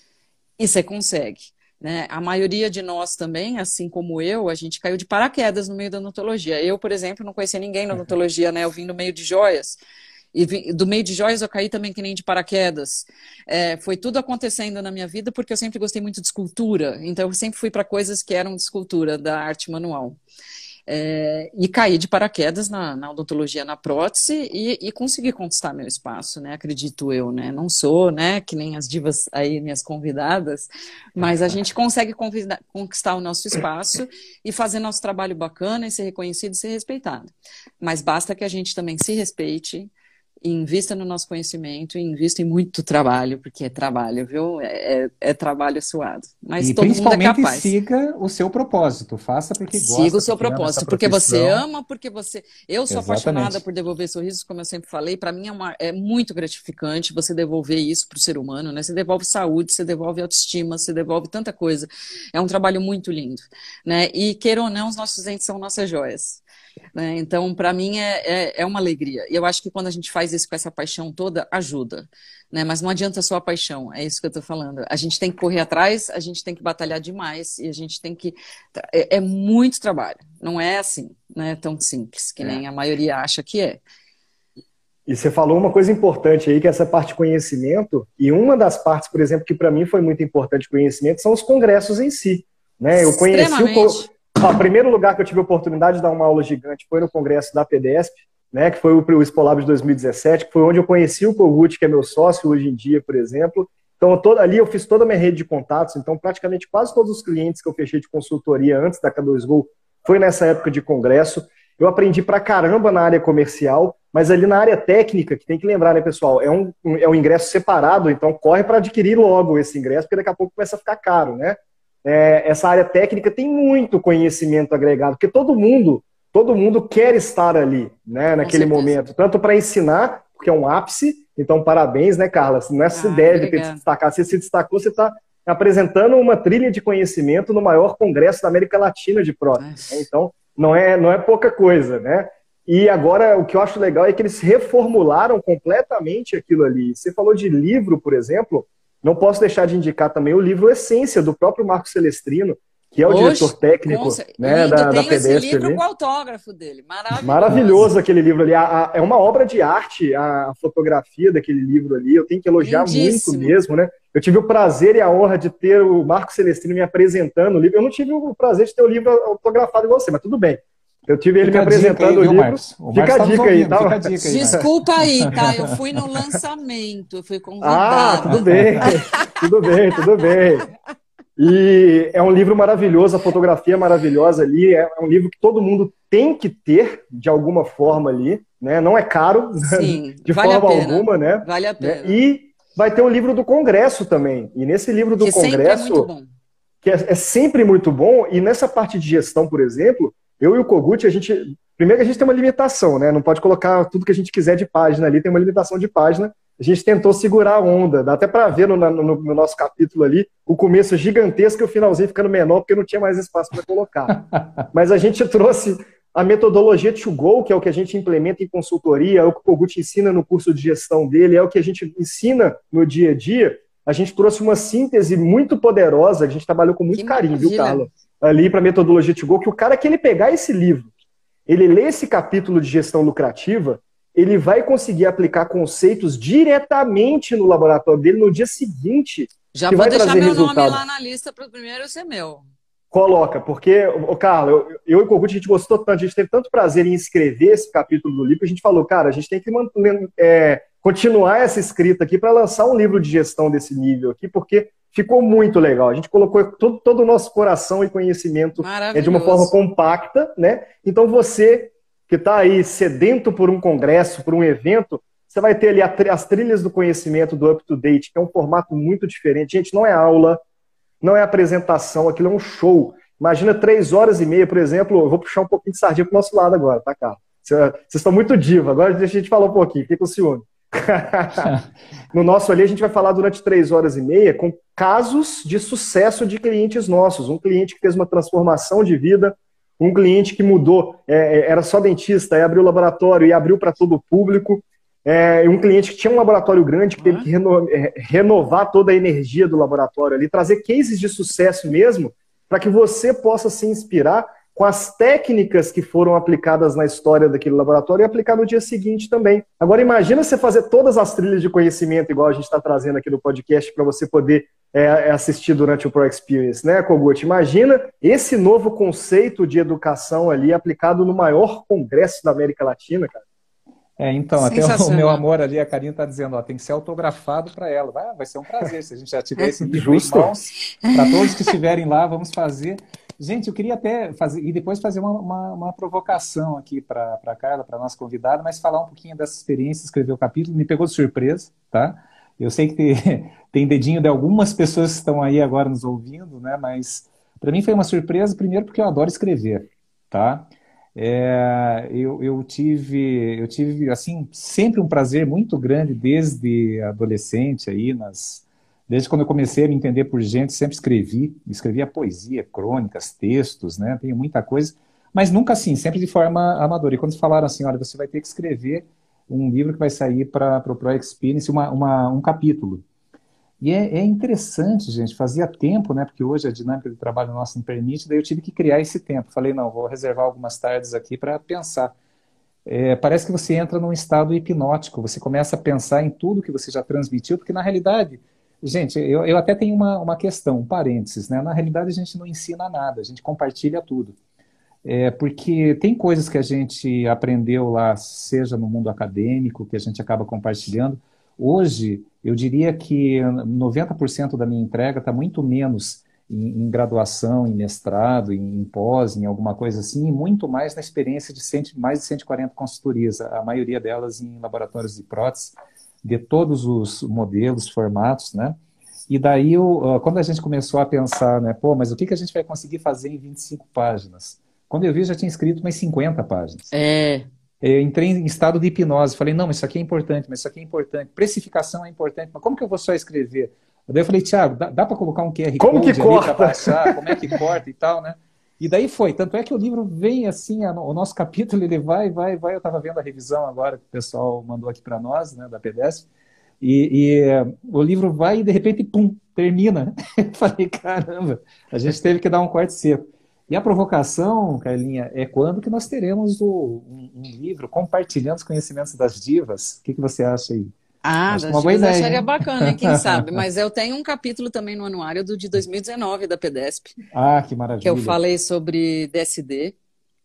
E você consegue. Né? A maioria de nós também, assim como eu, a gente caiu de paraquedas no meio da odontologia. Eu, por exemplo, não conhecia ninguém na odontologia, né? Eu vim no meio de joias. E vim, do meio de joias eu caí também que nem de paraquedas. É, foi tudo acontecendo na minha vida porque eu sempre gostei muito de escultura. Então, eu sempre fui para coisas que eram de escultura, da arte manual. É, e caí de paraquedas na, na odontologia, na prótese, e, e consegui conquistar meu espaço, né? Acredito eu, né? Não sou, né? Que nem as divas aí, minhas convidadas, mas a gente consegue convida, conquistar o nosso espaço e fazer nosso trabalho bacana e ser reconhecido e ser respeitado. Mas basta que a gente também se respeite, e invista no nosso conhecimento e invista em muito trabalho, porque é trabalho, viu? É, é, é trabalho suado. Mas
E
todo mundo é
principalmente
capaz.
siga o seu propósito, faça porque
Siga
gosta,
o seu
porque ama essa
propósito, porque você
profissão.
ama, porque você... Eu sou
Exatamente.
apaixonada por devolver sorrisos, como eu sempre falei, para mim é, uma... é muito gratificante você devolver isso para o ser humano, né? Você devolve saúde, você devolve autoestima, você devolve tanta coisa. É um trabalho muito lindo, né? E, queira ou não, os nossos dentes são nossas joias. Né? Então, para mim, é, é, é uma alegria. E eu acho que quando a gente faz isso com essa paixão toda, ajuda. Né? Mas não adianta só a paixão, é isso que eu estou falando. A gente tem que correr atrás, a gente tem que batalhar demais, e a gente tem que... É, é muito trabalho, não é assim, não é tão simples, que nem a maioria acha que é.
E você falou uma coisa importante aí, que é essa parte de conhecimento, e uma das partes, por exemplo, que para mim foi muito importante conhecimento, são os congressos em si. Né? Eu conheci o... Ah, o primeiro lugar que eu tive a oportunidade de dar uma aula gigante foi no congresso da PDESP, né, que foi o, o Expolab de dois mil e dezessete, que foi onde eu conheci o Kogut, que é meu sócio hoje em dia, por exemplo. Então, toda, ali eu fiz toda a minha rede de contatos, então praticamente quase todos os clientes que eu fechei de consultoria antes da K dois Go foi nessa época de congresso. Eu aprendi pra caramba na área comercial, mas ali na área técnica, que tem que lembrar, né, pessoal, é um, é um ingresso separado, então corre para adquirir logo esse ingresso, porque daqui a pouco começa a ficar caro, né? É, essa área técnica tem muito conhecimento agregado, porque todo mundo, todo mundo quer estar ali, né, naquele momento, tanto para ensinar, porque é um ápice, então parabéns, né, Carla? Não é se ah, deve ter se destacado, se se destacou, você está apresentando uma trilha de conhecimento no maior congresso da América Latina de prótese, né? Então não é, não é pouca coisa, né? E agora o que eu acho legal é que eles reformularam completamente aquilo ali. Você falou de livro, por exemplo. Não posso deixar de indicar também o livro Essência, do próprio Marco Celestrino, que é o Oxe, diretor técnico, né, da, da PDESP.
Esse livro ali. Com o autógrafo dele, maravilhoso.
Maravilhoso aquele livro ali. A, a, é uma obra de arte, a, a fotografia daquele livro ali. Eu tenho que elogiar Lindíssimo. muito mesmo, né? Eu tive o prazer e a honra de ter o Marco Celestrino me apresentando o livro. Eu não tive o prazer de ter o livro autografado igual você, mas tudo bem. Eu tive ele fica me apresentando aí, o livro. Marcos? O
fica, a dica aí, tá?
fica a dica aí, Desculpa aí, tá? Eu fui no lançamento, eu fui convidada.
Ah, tudo bem, tudo bem, tudo bem. E é um livro maravilhoso, a fotografia é maravilhosa ali, é um livro que todo mundo tem que ter, de alguma forma ali, né? Não é caro,
Sim,
de
vale
forma
a pena,
alguma, né?
Vale a pena.
E vai ter um livro do Congresso também. E nesse livro do
que
Congresso,
sempre é muito bom.
que é, é sempre muito bom, e nessa parte de gestão, por exemplo, eu e o Kogut, a gente. Primeiro que a gente tem uma limitação, né? Não pode colocar tudo que a gente quiser de página ali, tem uma limitação de página. A gente tentou segurar a onda, dá até para ver no, no, no nosso capítulo ali, o começo gigantesco e o finalzinho ficando menor, porque não tinha mais espaço para colocar. Mas a gente trouxe a metodologia to go, que é o que a gente implementa em consultoria, é o que o Kogut ensina no curso de gestão dele, é o que a gente ensina no dia a dia. A gente trouxe uma síntese muito poderosa, a gente trabalhou com muito
que
carinho,
maravilha.
viu, Carla? Ali para a metodologia to go, que o cara que ele pegar esse livro, ele lê esse capítulo de gestão lucrativa, ele vai conseguir aplicar conceitos diretamente no laboratório dele no dia seguinte.
Já
que
vou
vai
deixar
trazer
meu
resultado.
nome lá na lista para o primeiro ser meu.
Coloca, porque, ô, Carla, eu, eu e o Kogut, a gente gostou tanto, a gente teve tanto prazer em escrever esse capítulo do livro, que a gente falou, cara, a gente tem que é, continuar essa escrita aqui para lançar um livro de gestão desse nível aqui, porque ficou muito legal. A gente colocou todo, todo o nosso coração e conhecimento é, de uma forma compacta, né? Então você que está aí sedento por um congresso, por um evento, você vai ter ali as trilhas do conhecimento do Up to Date, que é um formato muito diferente. Gente, não é aula, não é apresentação, aquilo é um show. Imagina três horas e meia, por exemplo, eu vou puxar um pouquinho de sardinha pro nosso lado agora, tá, Carlos? Vocês estão muito diva, agora deixa a gente falar um pouquinho, fica com ciúme. No nosso ali, a gente vai falar durante três horas e meia com casos de sucesso de clientes nossos. Um cliente que fez uma transformação de vida, um cliente que mudou, é, era só dentista, aí abriu o laboratório e abriu para todo o público. É, um cliente que tinha um laboratório grande, que teve que reno, é, renovar toda a energia do laboratório ali, trazer cases de sucesso mesmo, para que você possa se inspirar com as técnicas que foram aplicadas na história daquele laboratório e aplicar no dia seguinte também. Agora imagina você fazer todas as trilhas de conhecimento, igual a gente está trazendo aqui no podcast, para você poder é, assistir durante o Pro Experience, né, Kogut? Imagina esse novo conceito de educação ali aplicado no maior congresso da América Latina, cara.
É, então, até o meu amor ali, a Karine está dizendo, ó, tem que ser autografado para ela. Ah, vai ser um prazer, se a gente já tiver esse livro em mãos, para todos que estiverem lá, vamos fazer. Gente, eu queria até fazer, e depois fazer uma, uma, uma provocação aqui para a Carla, para a nossa convidada, mas falar um pouquinho dessa experiência, escrever o capítulo, me pegou de surpresa, tá? Eu sei que tem, tem dedinho de algumas pessoas que estão aí agora nos ouvindo, né? Mas para mim foi uma surpresa, primeiro porque eu adoro escrever, tá? É, eu, eu tive, eu tive assim, sempre um prazer muito grande desde adolescente, aí, nas, desde quando eu comecei a me entender por gente, sempre escrevi, escrevia poesia, crônicas, textos, né, tenho muita coisa, mas nunca assim, sempre de forma amadora. E quando falaram assim, olha, você vai ter que escrever um livro que vai sair para o Pro Experience, uma, uma, um capítulo. E é, é interessante, gente, fazia tempo, né, porque hoje a dinâmica de trabalho nossa não permite, daí eu tive que criar esse tempo. Falei, não, vou reservar algumas tardes aqui para pensar. é, parece que você entra num estado hipnótico, você começa a pensar em tudo que você já transmitiu, porque na realidade, gente, eu, eu até tenho uma, uma questão, um parênteses, né? Na realidade a gente não ensina nada, a gente compartilha tudo. É porque tem coisas que a gente aprendeu lá, seja no mundo acadêmico, que a gente acaba compartilhando. Hoje, eu diria que noventa por cento da minha entrega está muito menos em, em graduação, em mestrado, em, em pós, em alguma coisa assim, e muito mais na experiência de cento, mais de cento e quarenta consultorias, a maioria delas em laboratórios de prótese, de todos os modelos, formatos, né? E daí, eu, quando a gente começou a pensar, né, pô, mas o que que a gente vai conseguir fazer em vinte e cinco páginas? Quando eu vi, eu já tinha escrito umas cinquenta páginas.
É.
Eu entrei em estado de hipnose, falei, não, mas isso aqui é importante, mas isso aqui é importante, precificação é importante, mas como que eu vou só escrever? Daí eu falei, Thiago, dá, dá para colocar um Q R
Como que
Code ali para
corta?
baixar, como é que corta e tal, né? E daí foi, tanto é que o livro vem assim, a, o nosso capítulo, ele vai, vai, vai, eu estava vendo a revisão agora, que o pessoal mandou aqui para nós, né, da Pedesp, e, e eh, o livro vai e de repente, pum, termina. Eu falei, caramba, a gente teve que dar um corte seco. E a provocação, Carlinha, é quando que nós teremos o- um, um livro compartilhando os conhecimentos das divas. O que que você acha aí?
Ah,
Acho que é
das
uma boa
divas eu
ideia,
acharia
hein?
bacana, hein? Quem sabe? Mas eu tenho um capítulo também no anuário do de dois mil e dezenove da Pedesp,
Ah, que
que eu
maravilha.
falei sobre D S D.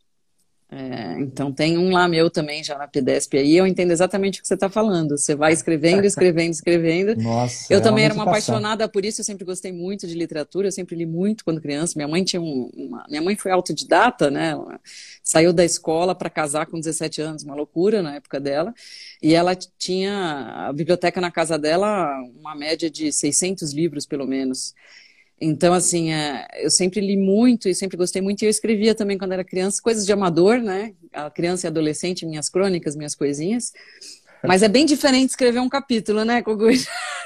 É, então tem um lá meu também já na Pedesp aí, eu entendo exatamente o que você está falando. Você vai escrevendo, escrevendo, escrevendo.
Nossa,
Eu
é uma
também era uma
meditação.
apaixonada por isso, eu sempre gostei muito de literatura, eu sempre li muito quando criança. Minha mãe tinha um, uma, minha mãe foi autodidata, né? Ela saiu da escola para casar com dezessete anos, uma loucura na época dela. E ela tinha a biblioteca na casa dela, uma média de seiscentos livros pelo menos. Então, assim, é, eu sempre li muito e sempre gostei muito. E eu escrevia também quando era criança, coisas de amador, né? A criança e adolescente, minhas crônicas, minhas coisinhas. Mas é bem diferente escrever um capítulo, né, Kogut?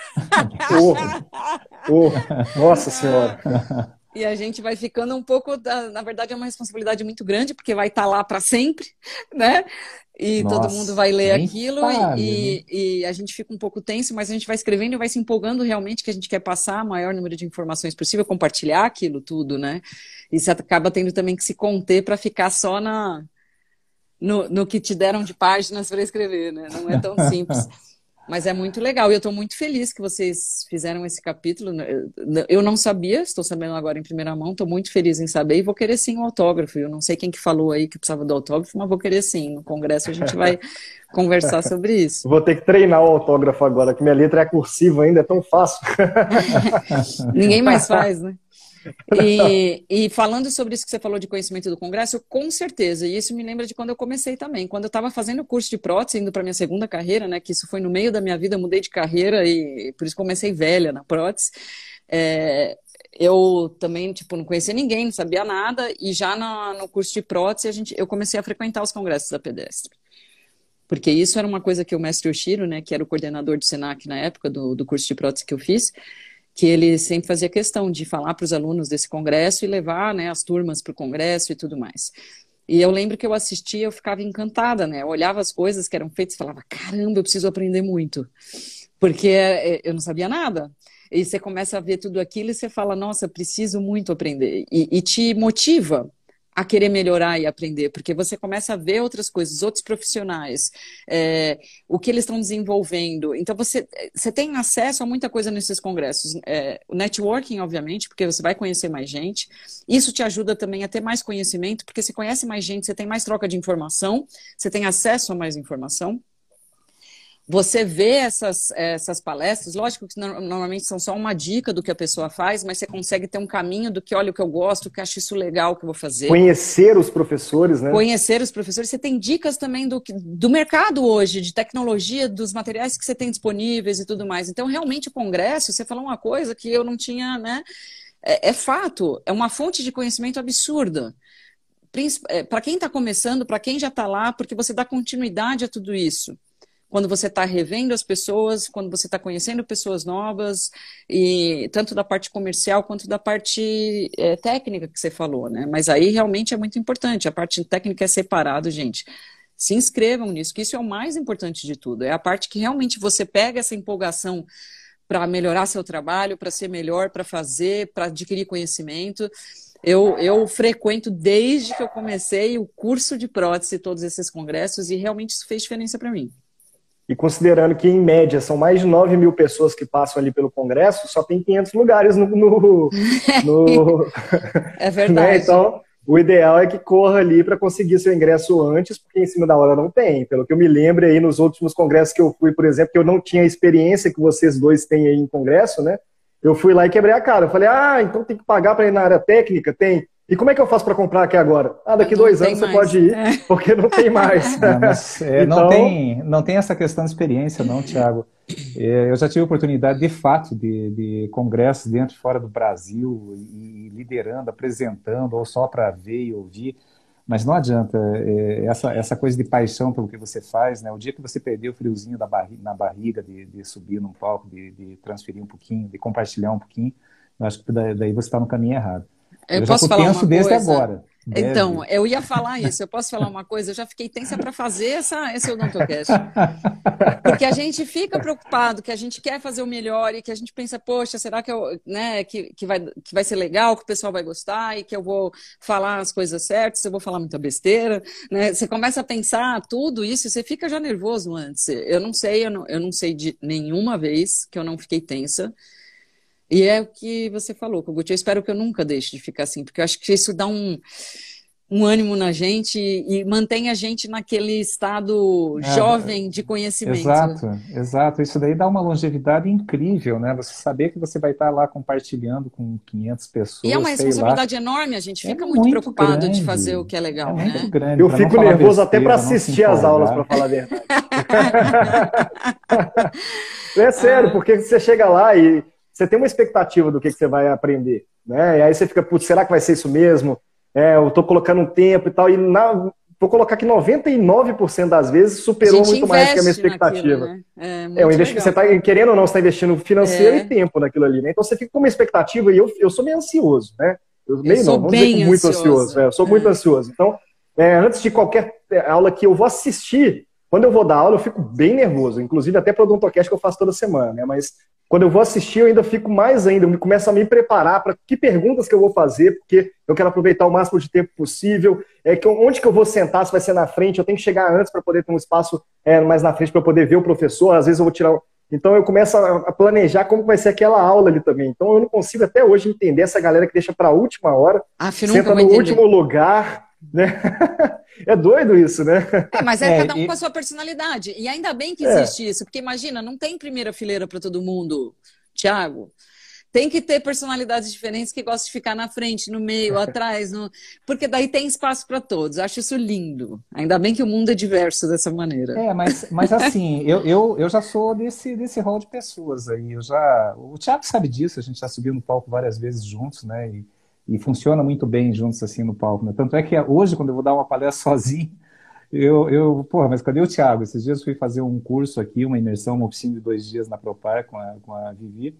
Oh, oh, nossa senhora.
E a gente vai ficando um pouco, da- na verdade é uma responsabilidade muito grande, porque vai estar lá para sempre, né? E todo mundo
Nossa,
vai ler
nem
aquilo
fale, nem...
e, e a gente fica um pouco tenso, mas a gente vai escrevendo e vai se empolgando realmente que a gente quer passar o maior número de informações possível, compartilhar aquilo tudo, né? E você acaba tendo também que se conter para ficar só na, no, no que te deram de páginas para escrever, né? Não é tão simples. Mas é muito legal e eu estou muito feliz que vocês fizeram esse capítulo. Eu não sabia, estou sabendo agora em primeira mão, estou muito feliz em saber e vou querer sim um autógrafo. Eu não sei quem que falou aí que precisava do autógrafo, mas vou querer sim. No congresso a gente vai conversar sobre isso.
Vou ter que treinar o autógrafo agora, que minha letra é cursiva ainda, é tão fácil.
Ninguém mais faz, né? E, e falando sobre isso que você falou de conhecimento do Congresso, com certeza, e isso me lembra de quando eu comecei também, quando eu estava fazendo o curso de prótese, indo para minha segunda carreira, né, que isso foi no meio da minha vida, eu mudei de carreira e por isso comecei velha na prótese, é, eu também, tipo, não conhecia ninguém, não sabia nada, e já na, no curso de prótese a gente, eu comecei a frequentar os congressos da Pedesp. Porque isso era uma coisa que o mestre Oshiro, né, que era o coordenador do Senac na época do, do curso de prótese que eu fiz, que ele sempre fazia questão de falar para os alunos desse congresso e levar, né, as turmas para o congresso e tudo mais. E eu lembro que eu assistia, eu ficava encantada, né? Eu olhava as coisas que eram feitas e falava, caramba, eu preciso aprender muito. Porque é, eu não sabia nada. E você começa a ver tudo aquilo e você fala, nossa, preciso muito aprender. E, e te motiva a querer melhorar e aprender, porque você começa a ver outras coisas, outros profissionais, é, o que eles estão desenvolvendo. Então, você, você tem acesso a muita coisa nesses congressos. É, o networking, obviamente, porque você vai conhecer mais gente. Isso te ajuda também a ter mais conhecimento, porque você conhece mais gente, você tem mais troca de informação, você tem acesso a mais informação. Você vê essas, essas palestras, lógico que normalmente são só uma dica do que a pessoa faz, mas você consegue ter um caminho do que, olha, o que eu gosto, o que eu acho isso legal, que eu vou fazer.
Conhecer os professores, né?
Conhecer os professores. Você tem dicas também do, do mercado hoje, de tecnologia, dos materiais que você tem disponíveis e tudo mais. Então, realmente, o congresso, você falou uma coisa que eu não tinha, né? É, é fato, é uma fonte de conhecimento absurda. Para quem está começando, para quem já está lá, porque você dá continuidade a tudo isso. Quando você está revendo as pessoas, quando você está conhecendo pessoas novas, e tanto da parte comercial quanto da parte é, técnica que você falou, né? Mas aí realmente é muito importante, a parte técnica é separado, gente. Se inscrevam nisso, que isso é o mais importante de tudo. É a parte que realmente você pega essa empolgação para melhorar seu trabalho, para ser melhor, para fazer, para adquirir conhecimento. Eu, eu frequento desde que eu comecei o curso de prótese, todos esses congressos, e realmente isso fez diferença para mim.
E considerando que, em média, são mais de nove mil pessoas que passam ali pelo congresso, só tem quinhentos lugares no... no, no
é verdade.
Né? Então, o ideal é que corra ali para conseguir seu ingresso antes, porque em cima da hora não tem. Pelo que eu me lembro aí, nos últimos congressos que eu fui, por exemplo, que eu não tinha a experiência que vocês dois têm aí em congresso, né? Eu fui lá e quebrei a cara. Eu falei, ah, então tem que pagar para ir na área técnica? Tem. E como é que eu faço para comprar aqui agora? Ah, daqui
não
dois anos
mais.
Você pode ir, é. porque não tem mais.
Não, mas, é, então... não, tem, não tem essa questão de experiência, não, Thiago. É, eu já tive oportunidade, de fato, de, de congressos dentro e fora do Brasil, e liderando, apresentando, ou só para ver e ouvir. Mas não adianta, é, essa, essa coisa de paixão pelo que você faz, né? O dia que você perder o friozinho da barri na barriga de, de subir num palco, de, de transferir um pouquinho, de compartilhar um pouquinho, eu acho que daí você está no caminho errado.
Eu, eu
posso
já
falar tenso desde
coisa?
agora. Deve.
Então, eu ia falar isso. Eu posso falar uma coisa? Eu já fiquei tensa para fazer essa, esse odontocast. Porque a gente fica preocupado, que a gente quer fazer o melhor e que a gente pensa, poxa, será que, eu, né, que, que, vai, que vai ser legal, que o pessoal vai gostar e que eu vou falar as coisas certas, eu vou falar muita besteira. Né? Você começa a pensar tudo isso e você fica já nervoso antes. Eu não sei, eu não, eu não sei de nenhuma vez que eu não fiquei tensa. E é o que você falou, Kogut. Eu espero que eu nunca deixe de ficar assim, porque eu acho que isso dá um, um ânimo na gente e, e mantém a gente naquele estado é, jovem de conhecimento.
Exato, exato. Isso daí dá uma longevidade incrível, né? Você saber que você vai estar lá compartilhando com quinhentas pessoas.
E é uma responsabilidade
lá.
enorme, a gente fica
é
muito,
muito
preocupado
grande,
de fazer o que é legal,
é muito
né?
grande.
Eu fico nervoso até para assistir as aulas, para falar a verdade. É sério, ah. porque você chega lá e você tem uma expectativa do que, que você vai aprender, né? E aí você fica, putz, será que vai ser isso mesmo? É, eu tô colocando um tempo e tal, e na, vou colocar que noventa e nove por cento das vezes superou muito mais que a minha expectativa.
Naquilo, né? É,
é, o investimento, você tá, querendo ou não, você está investindo financeiro é. e tempo naquilo ali, né? Então você fica com uma expectativa, e eu, eu sou meio ansioso, né? Eu, meio
eu
não, vamos dizer que muito ansioso. É, eu sou é. muito ansioso. Então, é, antes de qualquer aula que eu vou assistir, quando eu vou dar aula, eu fico bem nervoso, inclusive até para o odontocast que eu faço toda semana, né? Mas quando eu vou assistir, eu ainda fico mais ainda, eu começo a me preparar para que perguntas que eu vou fazer, porque eu quero aproveitar o máximo de tempo possível, é, que, onde que eu vou sentar, se vai ser na frente, eu tenho que chegar antes para poder ter um espaço é, mais na frente para poder ver o professor, às vezes eu vou tirar... Então eu começo a planejar como vai ser aquela aula ali também. Então eu não consigo até hoje entender essa galera que deixa para a última hora,
Aff,
senta no
entender.
último lugar, né? É doido isso, né?
É, mas é,
é
cada um
e...
com a sua personalidade. E ainda bem que existe é. isso, porque imagina, não tem primeira fileira para todo mundo, Thiago. Tem que ter personalidades diferentes que gostam de ficar na frente, no meio, atrás, no... porque daí tem espaço para todos. Acho isso lindo. Ainda bem que o mundo é diverso dessa maneira.
É, mas, mas assim, eu, eu, eu já sou desse, desse rol de pessoas aí. Eu já... O Thiago sabe disso, a gente já subiu no palco várias vezes juntos, né? E... E funciona muito bem juntos assim no palco, né? Tanto é que hoje, quando eu vou dar uma palestra sozinho, eu, eu porra, mas cadê o Thiago? Esses dias eu fui fazer um curso aqui, uma imersão, uma oficina de dois dias na Propar com a, com a Vivi,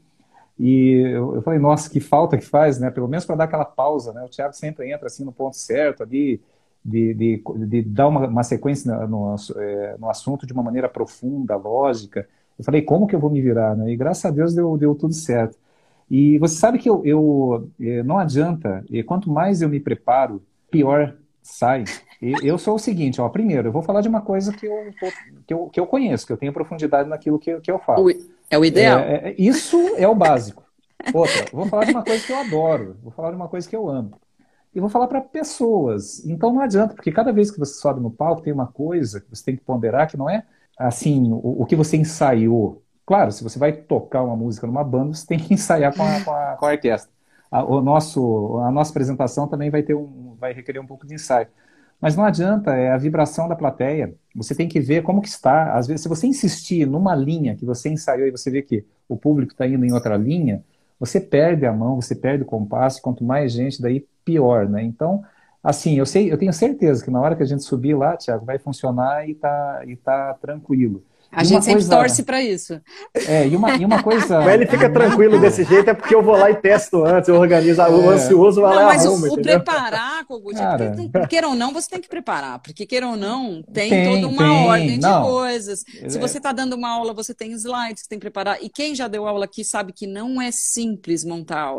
e eu, eu falei, nossa, que falta que faz, né? Pelo menos para dar aquela pausa, né? O Thiago sempre entra assim no ponto certo, ali, de, de, de dar uma, uma sequência no, no, é, no assunto de uma maneira profunda, lógica. Eu falei, como que eu vou me virar, né? E graças a Deus deu, deu tudo certo. E você sabe que eu, eu, não adianta, e quanto mais eu me preparo, pior sai. E eu sou o seguinte, ó, primeiro, eu vou falar de uma coisa que eu, que eu, que eu conheço, que eu tenho profundidade naquilo que, que eu falo.
É o ideal.
É, é, isso é o básico. Outra, eu vou falar de uma coisa que eu adoro, vou falar de uma coisa que eu amo. E vou falar para pessoas. Então não adianta, porque cada vez que você sobe no palco, tem uma coisa que você tem que ponderar, que não é assim, o, o que você ensaiou. Claro, se você vai tocar uma música numa banda, você tem que ensaiar com a, com a, com a orquestra. A, o nosso, a nossa apresentação também vai, ter um, vai requerer um pouco de ensaio. Mas não adianta, é a vibração da plateia. Você tem que ver como que está. Às vezes, se você insistir numa linha que você ensaiou e você vê que o público está indo em outra linha, você perde a mão, você perde o compasso. Quanto mais gente, daí pior, né? Então, assim, eu, sei, eu tenho certeza que na hora que a gente subir lá, Thiago, vai funcionar e tá, e tá tranquilo.
A e gente sempre coisa... torce para isso.
É, e uma, e uma coisa...
Mas ele fica tranquilo desse jeito, é porque eu vou lá e testo antes, eu organizo, é... o ansioso vai não, lá
mas
e arruma,
o, o preparar, Kogut, Cara... porque, queira ou não, você tem que preparar, porque queira ou não, tem, tem toda uma tem. ordem não. de coisas. Se você está dando uma aula, você tem slides que tem que preparar, e quem já deu aula aqui sabe que não é simples montar aula.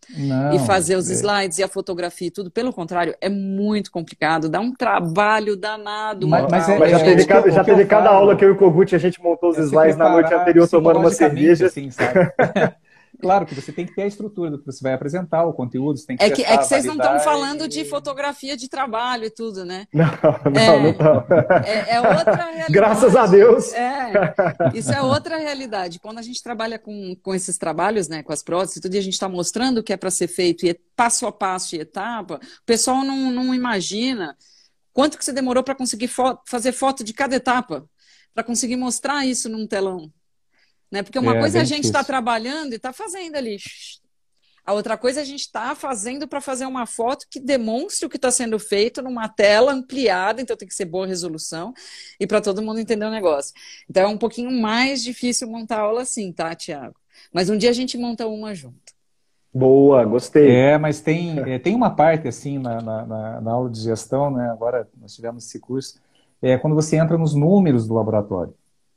e
Não,
fazer os
é,
slides e a fotografia e tudo. Pelo contrário, é muito complicado, dá um trabalho danado
mas,
montar
mas
a
é,
aula,
Mas já
é,
teve,
o
gente.
que eu,
cada,
o
já
que eu
teve cada aula que
falo
eu e o Kogut, a gente montou os
é se
slides na noite
preparar
anterior tomando uma
psicologicamente,
cerveja.
assim, sabe? Claro que você tem que ter a estrutura do que você vai apresentar, o conteúdo, você tem que
É que, é
testar,
que vocês não estão
validar
falando de
e...
fotografia de trabalho e tudo, né?
Não, não, não
É,
estão.
é, é outra
Graças a
realidade.
Deus.
É, isso é outra realidade. Quando a gente trabalha com, com esses trabalhos, né, com as próteses, e tudo, e a gente está mostrando o que é para ser feito, e é passo a passo e etapa, o pessoal não, não imagina quanto que você demorou para conseguir fo fazer foto de cada etapa, para conseguir mostrar isso num telão, né? Porque uma
É
coisa é a
bem
gente estar
difícil.
trabalhando e estar fazendo ali. A outra coisa é a gente estar fazendo para fazer uma foto que demonstre o que está sendo feito numa tela ampliada, então tem que ser boa resolução e para todo mundo entender o negócio. Então é um pouquinho mais difícil montar aula assim, tá, Tiago? Mas um dia a gente monta uma junto.
Boa, gostei.
É, mas tem, é, tem uma parte, assim, na, na, na- na aula de gestão, né? Agora nós tivemos esse curso, é quando você entra nos números do laboratório.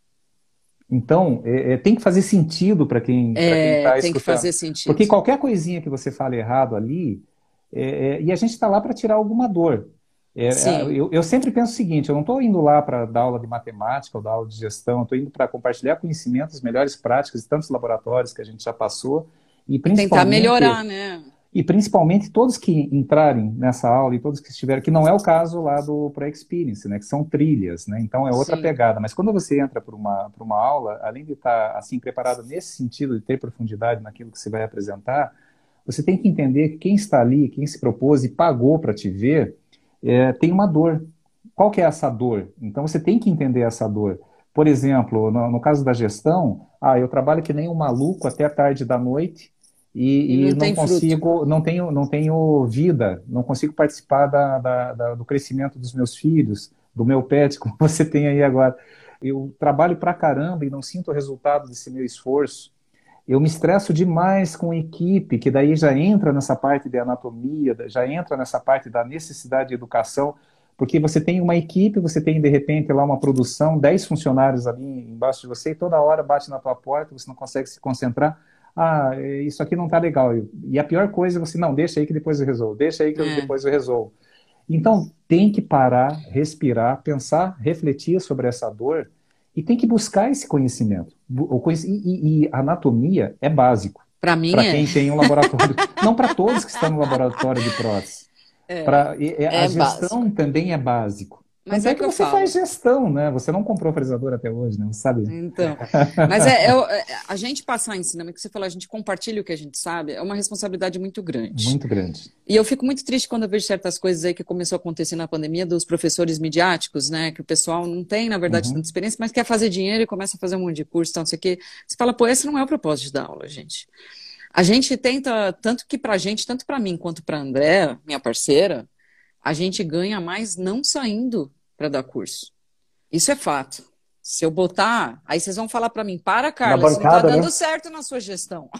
Então, é, é, tem que fazer sentido para quem para quem
É,
está
tem que
escutando.
fazer sentido.
Porque qualquer coisinha que você fale errado ali, é, é, e a gente está lá para tirar alguma dor. É, é,
Sim.
eu, eu sempre penso o seguinte: eu não estou indo lá para dar aula de matemática ou dar aula de gestão, eu estou indo para compartilhar conhecimentos, as melhores práticas de tantos laboratórios que a gente já passou, e
E tentar
principalmente
melhorar, né?
e principalmente todos que entrarem nessa aula e todos que estiverem, que não é o caso lá do Pro Experience, né, que são trilhas, né, então é outra
Sim.
pegada. Mas quando você entra para uma, para uma aula, além de estar assim preparado nesse sentido de ter profundidade naquilo que você vai apresentar, você tem que entender que quem está ali, quem se propôs e pagou para te ver, é, tem uma dor. Qual que é essa dor? Então você tem que entender essa dor. Por exemplo, no, no caso da gestão, ah, eu trabalho que nem um maluco até a tarde da noite
E
e, e
não
não
tem fruto.
consigo, não tenho, não tenho vida, não consigo participar da, da- da- do crescimento dos meus filhos, do meu pet, como você tem aí agora. Eu trabalho pra caramba e não sinto o resultado desse meu esforço. Eu me estresso demais com equipe, que daí já entra nessa parte de anatomia, já entra nessa parte da necessidade de educação, porque você tem uma equipe, você tem de repente lá uma produção, dez funcionários ali embaixo de você, e toda hora bate na tua porta, você não consegue se concentrar. Ah, isso aqui não está legal. E a pior coisa é você, não, deixa aí que depois eu resolvo, deixa aí que eu,
É.
depois eu resolvo. Então, tem que parar, respirar, pensar, refletir sobre essa dor e tem que buscar esse conhecimento. O conhec- E, e- e anatomia é básico
Para
para
mim é.
quem tem um laboratório, não para todos que estão no laboratório de prótese.
É,
Pra, e- e a
é básico.
gestão também é básico.
Mas
Tanto
é
é
o
que
que eu
você
falo.
faz gestão, né? Você não comprou fresador até hoje, né? Você sabe?
Então, mas é, é o- é- a gente passar ensinamento, que você falou, a gente compartilha o que a gente sabe, é uma responsabilidade muito grande.
Muito grande.
E eu fico muito triste quando eu vejo certas coisas aí que começou a acontecer na pandemia dos professores midiáticos, né? Que o pessoal não tem, na verdade, tanta
Uhum.
experiência, mas quer fazer dinheiro e começa a fazer um monte de curso, tal, não sei o quê. Você fala, pô, esse não é o propósito da aula, gente. A gente tenta, tanto que pra gente, tanto pra mim quanto pra André, minha parceira, a gente ganha mais não saindo para dar curso. Isso é fato. Se eu botar, aí vocês vão falar para mim, para,
Na
Carla, isso não está
bancada,
dando
né?
certo na sua gestão.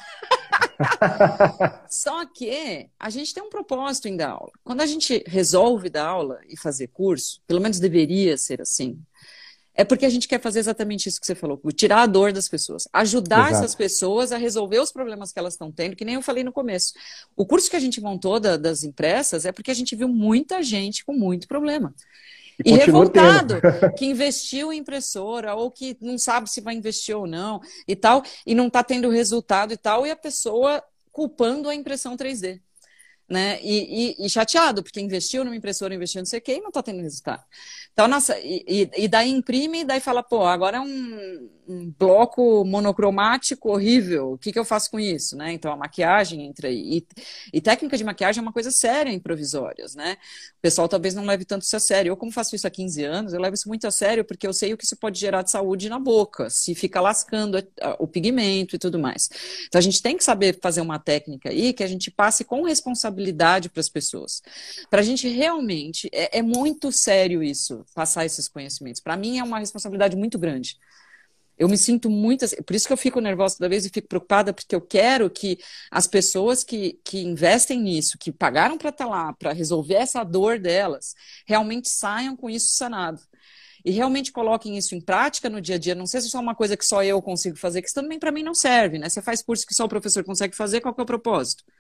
Só que a gente tem um propósito em dar aula. Quando a gente resolve dar aula e fazer curso, pelo menos deveria ser assim, é porque a gente quer fazer exatamente isso que você falou, tirar a dor das pessoas, ajudar essas
Exato.
pessoas a resolver os problemas que elas estão tendo, que nem eu falei no começo. O curso que a gente montou da- das impressas é porque a gente viu muita gente com muito problema.
E
E
continua tendo.
revoltado, que investiu em impressora, ou que não sabe se vai investir ou não, e tal, e não está tendo resultado e tal, e a pessoa culpando a impressão três D. Né? E, e, e chateado, porque investiu numa impressora, investiu não sei o quê, e não está tendo resultado. Então, nossa, e, e, e daí imprime, e daí fala, pô, agora é um, um bloco monocromático horrível, o que, que eu faço com isso? Né? Então, a maquiagem entra aí. E, e técnica de maquiagem é uma coisa séria em provisórias, né? O pessoal talvez não leve tanto isso a sério. Eu, como faço isso há quinze anos, eu levo isso muito a sério, porque eu sei o que isso pode gerar de saúde na boca, se fica lascando a, a, o pigmento e tudo mais. Então, a gente tem que saber fazer uma técnica aí que a gente passe com responsabilidade para as pessoas. Para a gente realmente, é, é muito sério isso, passar esses conhecimentos. Para mim é uma responsabilidade muito grande. Eu me sinto muito assim, por isso que eu fico nervosa toda vez e fico preocupada, porque eu quero que as pessoas que, que investem nisso, que pagaram para estar lá, para resolver essa dor delas, realmente saiam com isso sanado. E realmente coloquem isso em prática no dia a dia. Não sei se isso é uma coisa que só eu consigo fazer, que isso também para mim não serve, né? Você faz curso que só o professor consegue fazer, qual que é o propósito?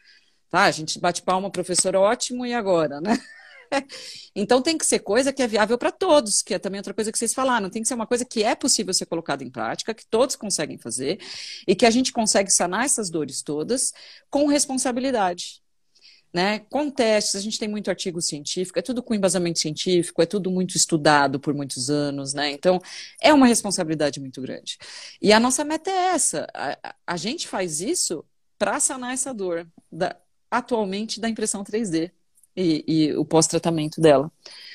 Tá, a gente bate palma, professor, ótimo, e agora, né? Então tem que ser coisa que é viável para todos, que é também outra coisa que vocês falaram, tem que ser uma coisa que é possível ser colocada em prática, que todos conseguem fazer, e que a gente consegue sanar essas dores todas com responsabilidade. Né? Com testes, a gente tem muito artigo científico, é tudo com embasamento científico, é tudo muito estudado por muitos anos, né? Então é uma responsabilidade muito grande. E a nossa meta é essa, a, a gente faz isso para sanar essa dor, da, atualmente da impressão três D e, e o pós-tratamento dela.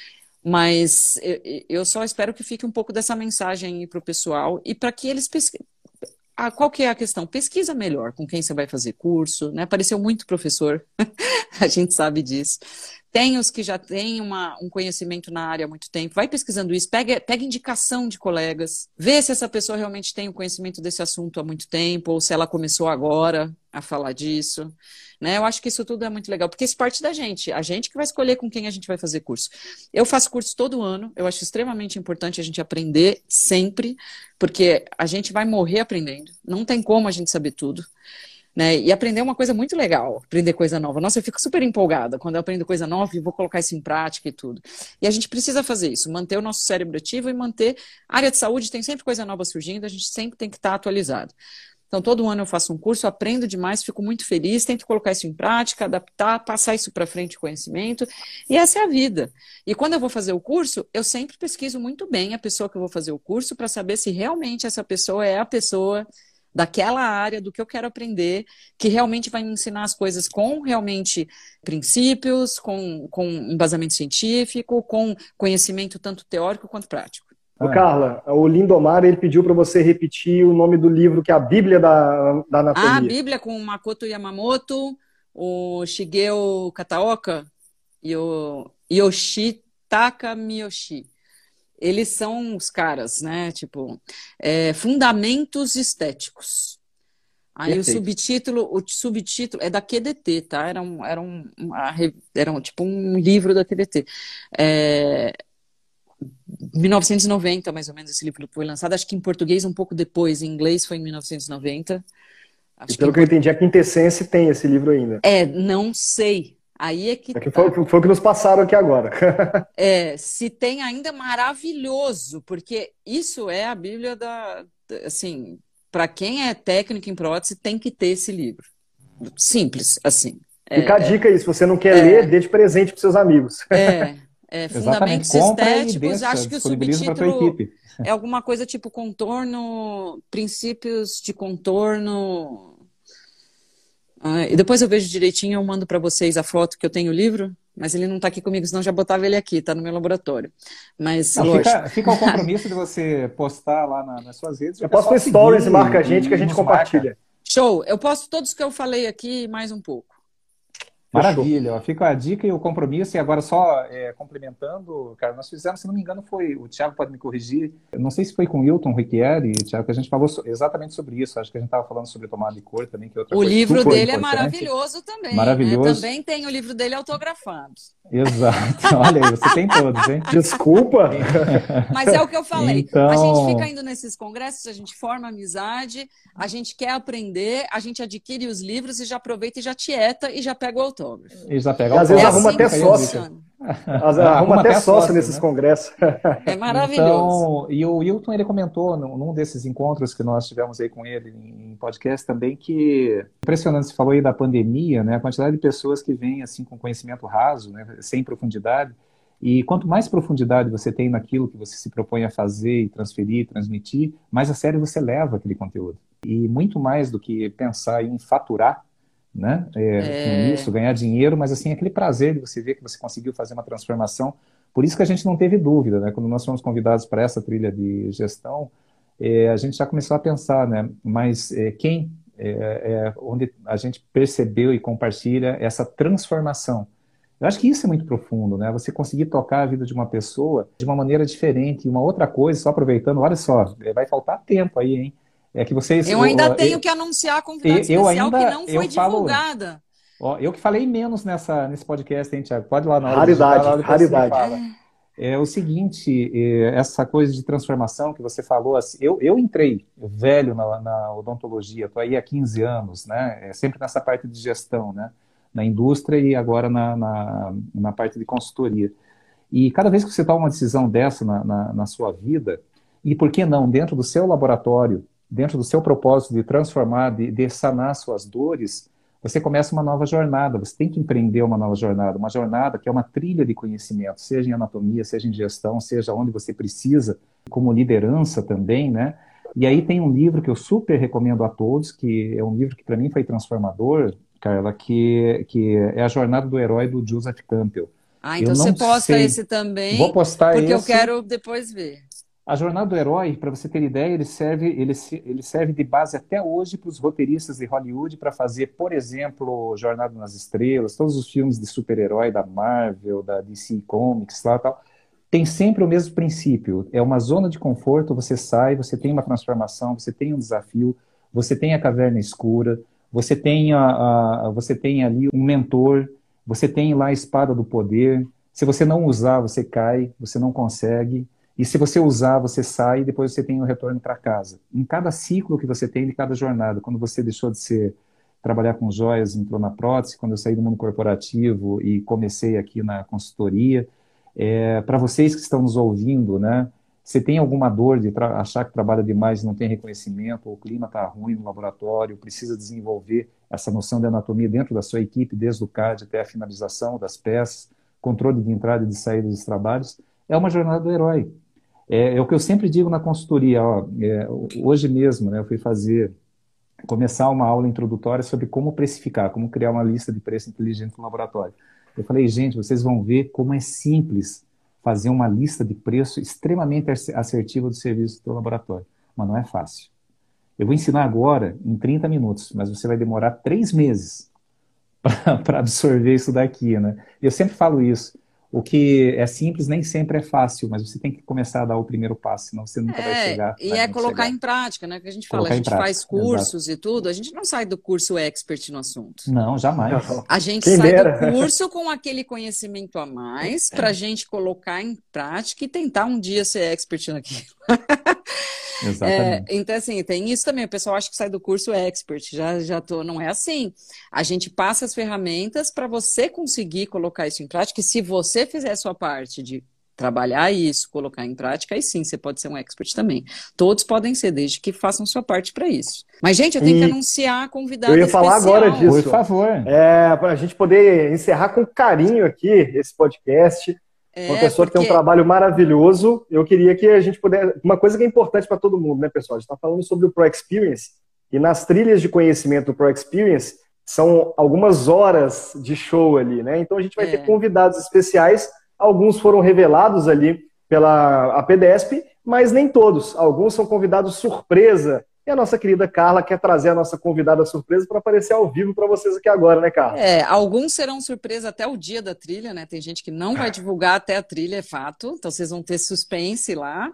Mas eu, eu só espero que fique um pouco dessa mensagem aí para o pessoal e para que eles pesquisem. Ah, qual que é a questão? Pesquisa melhor com quem você vai fazer curso, né? Apareceu muito professor, a gente sabe disso. Tem os que já têm uma, um conhecimento na área há muito tempo, vai pesquisando isso, pega, pega indicação de colegas, vê se essa pessoa realmente tem o conhecimento desse assunto há muito tempo, ou se ela começou agora a falar disso. Né? Eu acho que isso tudo é muito legal, porque isso parte da gente, a gente que vai escolher com quem a gente vai fazer curso. Eu faço curso todo ano, eu acho extremamente importante a gente aprender sempre, porque a gente vai morrer aprendendo, não tem como a gente saber tudo. Né? E aprender é uma coisa muito legal, aprender coisa nova. Nossa, eu fico super empolgada quando eu aprendo coisa nova e vou colocar isso em prática e tudo. E a gente precisa fazer isso, manter o nosso cérebro ativo e manter a área de saúde, tem sempre coisa nova surgindo, a gente sempre tem que estar atualizado. Então, todo ano eu faço um curso, aprendo demais, fico muito feliz, tento colocar isso em prática, adaptar, passar isso para frente, conhecimento, e essa é a vida. E quando eu vou fazer o curso, eu sempre pesquiso muito bem a pessoa que eu vou fazer o curso para saber se realmente essa pessoa é a pessoa daquela área, do que eu quero aprender, que realmente vai me ensinar as coisas com realmente princípios, com, com embasamento científico, com conhecimento tanto teórico quanto prático.
Ô, Carla, o Lindomar, ele pediu para você repetir o nome do livro, que é a Bíblia da, da Anatomia.
Ah, a Bíblia com o Makoto Yamamoto, o Shigeo Kataoka e o Yoshitaka Miyoshi. Eles são os caras, né? Tipo, é, fundamentos estéticos. Aí Perfeito. o subtítulo, o subtítulo é da Q D T, tá? Era um, era um, uma, era um tipo um livro da Q D T. É, mil novecentos e noventa, mais ou menos, esse livro foi lançado. Acho que em português um pouco depois, em inglês foi em mil novecentos e noventa. Acho
e pelo que, que eu entendi, a Quintessence tem esse livro ainda.
É, não sei. Aí é que,
é que
tá.
foi, foi o que nos passaram aqui agora.
É, se tem ainda, maravilhoso, porque isso é a Bíblia da, assim, para quem é técnico em prótese, tem que ter esse livro. Simples, assim.
Fica
é,
a dica aí, se você não quer
é,
ler, dê de presente para seus amigos.
É, é fundamentos estéticos, acho que o subtítulo é alguma coisa tipo contorno, princípios de contorno. Ah, e depois eu vejo direitinho, eu mando para vocês a foto que eu tenho o livro, mas ele não está aqui comigo, senão eu já botava ele aqui, está no meu laboratório. Mas,
não, fica, fica o compromisso de você postar lá na, nas suas redes.
Eu posto no Stories e marca a gente que a gente compartilha.
Marca. Show! Eu posto todos que eu falei aqui e mais um pouco.
Maravilha, fica a dica e o compromisso. E agora só é, complementando, cara, nós fizemos, se não me engano, foi, o Thiago pode me corrigir, eu não sei se foi com o Hilton Riquieri, Thiago, que a gente falou so, exatamente sobre isso, acho que a gente estava falando sobre tomada de cor também, que é outra
o
coisa.
O livro dele é maravilhoso também,
maravilhoso.
Né? Também tem o livro dele autografado.
Exato, olha aí, você tem todos, hein?
Desculpa!
Mas é o que eu falei,
então...
a gente fica indo nesses congressos, a gente forma amizade, a gente quer aprender, a gente adquire os livros e já aproveita e já tieta e já pega o autógrafo.
E já pega o
e às vezes
é
arruma
assim
até sócio. Arruma, arruma até, até sócio, sócio nesses né? congressos.
É maravilhoso.
Então, e o Hilton, ele comentou num, num desses encontros que nós tivemos aí com ele em podcast também, que impressionante, você falou aí da pandemia, né? A quantidade de pessoas que vêm assim com conhecimento raso, né? Sem profundidade. E quanto mais profundidade você tem naquilo que você se propõe a fazer e transferir, transmitir, mais a sério você leva aquele conteúdo. E muito mais do que pensar em faturar, né? É, é... com isso, ganhar dinheiro, mas assim, aquele prazer de você ver que você conseguiu fazer uma transformação. Por isso que a gente não teve dúvida, né? Quando nós fomos convidados para essa trilha de gestão, é, a gente já começou a pensar, né? Mas é, quem, é, é, onde a gente percebeu e compartilha essa transformação. Eu acho que isso é muito profundo, né? Você conseguir tocar a vida de uma pessoa de uma maneira diferente. E uma outra coisa, só aproveitando, olha só, vai faltar tempo aí, hein? É que vocês,
eu ainda
eu,
tenho
eu,
que anunciar a convidada
eu,
especial
eu ainda,
que não foi
falo,
divulgada.
Ó, eu que falei menos nessa, nesse podcast, hein, Thiago? Pode ir lá na hora
raridade,
de digitar,
raridade.
É o seguinte, essa coisa de transformação que você falou, assim, eu, eu entrei velho na, na odontologia, estou aí há quinze anos, né? É sempre nessa parte de gestão, né? na indústria e agora na, na, na parte de consultoria. E cada vez que você toma uma decisão dessa na, na, na sua vida, e por que não, dentro do seu laboratório, dentro do seu propósito de transformar, de, de sanar suas dores, você começa uma nova jornada, você tem que empreender uma nova jornada, uma jornada que é uma trilha de conhecimento, seja em anatomia, seja em gestão, seja onde você precisa, como liderança também, né? E aí tem um livro que eu super recomendo a todos, que é um livro que para mim foi transformador, Carla, que, que é A Jornada do Herói, do Joseph Campbell.
Ah,
Eu
então você
não
posta
sei,
esse também,
vou postar
porque eu
esse.
quero depois ver.
A Jornada do Herói, para você ter ideia, ele serve, ele, se- ele serve de base até hoje para os roteiristas de Hollywood para fazer, por exemplo, Jornada nas Estrelas, todos os filmes de super-herói da Marvel, da D C Comics, lá e tal. Tem sempre o mesmo princípio. É uma zona de conforto, você sai, você tem uma transformação, você tem um desafio, você tem a caverna escura, você tem, a, a- você tem ali um mentor, você tem lá a espada do poder. Se você não usar, você cai, você não consegue. E se você usar, você sai e depois você tem o retorno para casa. Em cada ciclo que você tem de cada jornada, quando você deixou de ser trabalhar com joias, entrou na prótese, quando eu saí do mundo corporativo e comecei aqui na consultoria, é, para vocês que estão nos ouvindo, né? Você tem alguma dor de tra- achar que trabalha demais e não tem reconhecimento, ou o clima está ruim no laboratório, precisa desenvolver essa noção de anatomia dentro da sua equipe, desde o C A D até a finalização das peças, controle de entrada e de saída dos trabalhos, é uma jornada do herói. É, é o que eu sempre digo na consultoria, ó, é, hoje mesmo, né, eu fui fazer, começar uma aula introdutória sobre como precificar, como criar uma lista de preço inteligente no laboratório. Eu falei, gente, vocês vão ver como é simples fazer uma lista de preço extremamente assertiva do serviço do seu laboratório, mas não é fácil. Eu vou ensinar agora em trinta minutos, mas você vai demorar três meses para absorver isso daqui, né? Eu sempre falo isso. O que é simples nem sempre é fácil, mas você tem que começar a dar o primeiro passo, senão você nunca vai
É,
chegar
e
para
é
onde
colocar
chegar.
em prática, né? Que a gente fala, a
Colocar em
gente
prática,
faz
exato.
cursos e tudo, a gente não sai do curso expert no assunto.
Não, jamais.
A gente
Quem
sai do
dera.
curso com aquele conhecimento a mais para a gente colocar em prática e tentar um dia ser expert naquilo. É,
Exatamente.
então, assim, tem isso também. O pessoal acha que sai do curso expert. Já, já tô, não é assim. A gente passa as ferramentas para você conseguir colocar isso em prática. E se você fizer a sua parte de trabalhar isso, colocar em prática, aí sim, você pode ser um expert também. Todos podem ser, desde que façam sua parte para isso. Mas, gente, eu tenho que
E
anunciar a
eu
convidada
ia falar agora
especial.
Por
disso.
favor.
É, para a gente poder encerrar com carinho aqui esse podcast. Uma
É,
pessoa que tem um
porque
trabalho maravilhoso. Eu queria que a gente pudesse. Uma coisa que é importante para todo mundo, né, pessoal? A gente está falando sobre o Pro Experience. E nas trilhas de conhecimento do Pro Experience, são algumas horas de show ali, né? Então a gente vai ter
é,
convidados especiais. Alguns foram revelados ali pela A P D E S P, mas nem todos. Alguns são convidados surpresa. E a nossa querida Carla quer trazer a nossa convidada surpresa para aparecer ao vivo para vocês aqui agora, né, Carla?
é, alguns serão surpresa até o dia da trilha, né? Tem gente que não vai divulgar até a trilha, é fato. Então vocês vão ter suspense lá.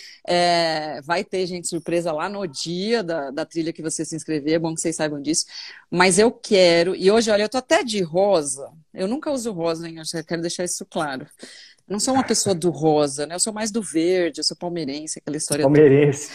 É, vai ter gente surpresa lá no dia da, da trilha que você se inscrever, é bom que vocês saibam disso. Mas eu quero, e hoje, olha, eu tô até de rosa. Eu nunca uso rosa, hein? Eu quero deixar isso claro. Não sou uma pessoa do rosa, né? Eu sou mais do verde, eu sou palmeirense, aquela história toda.
Palmeirense.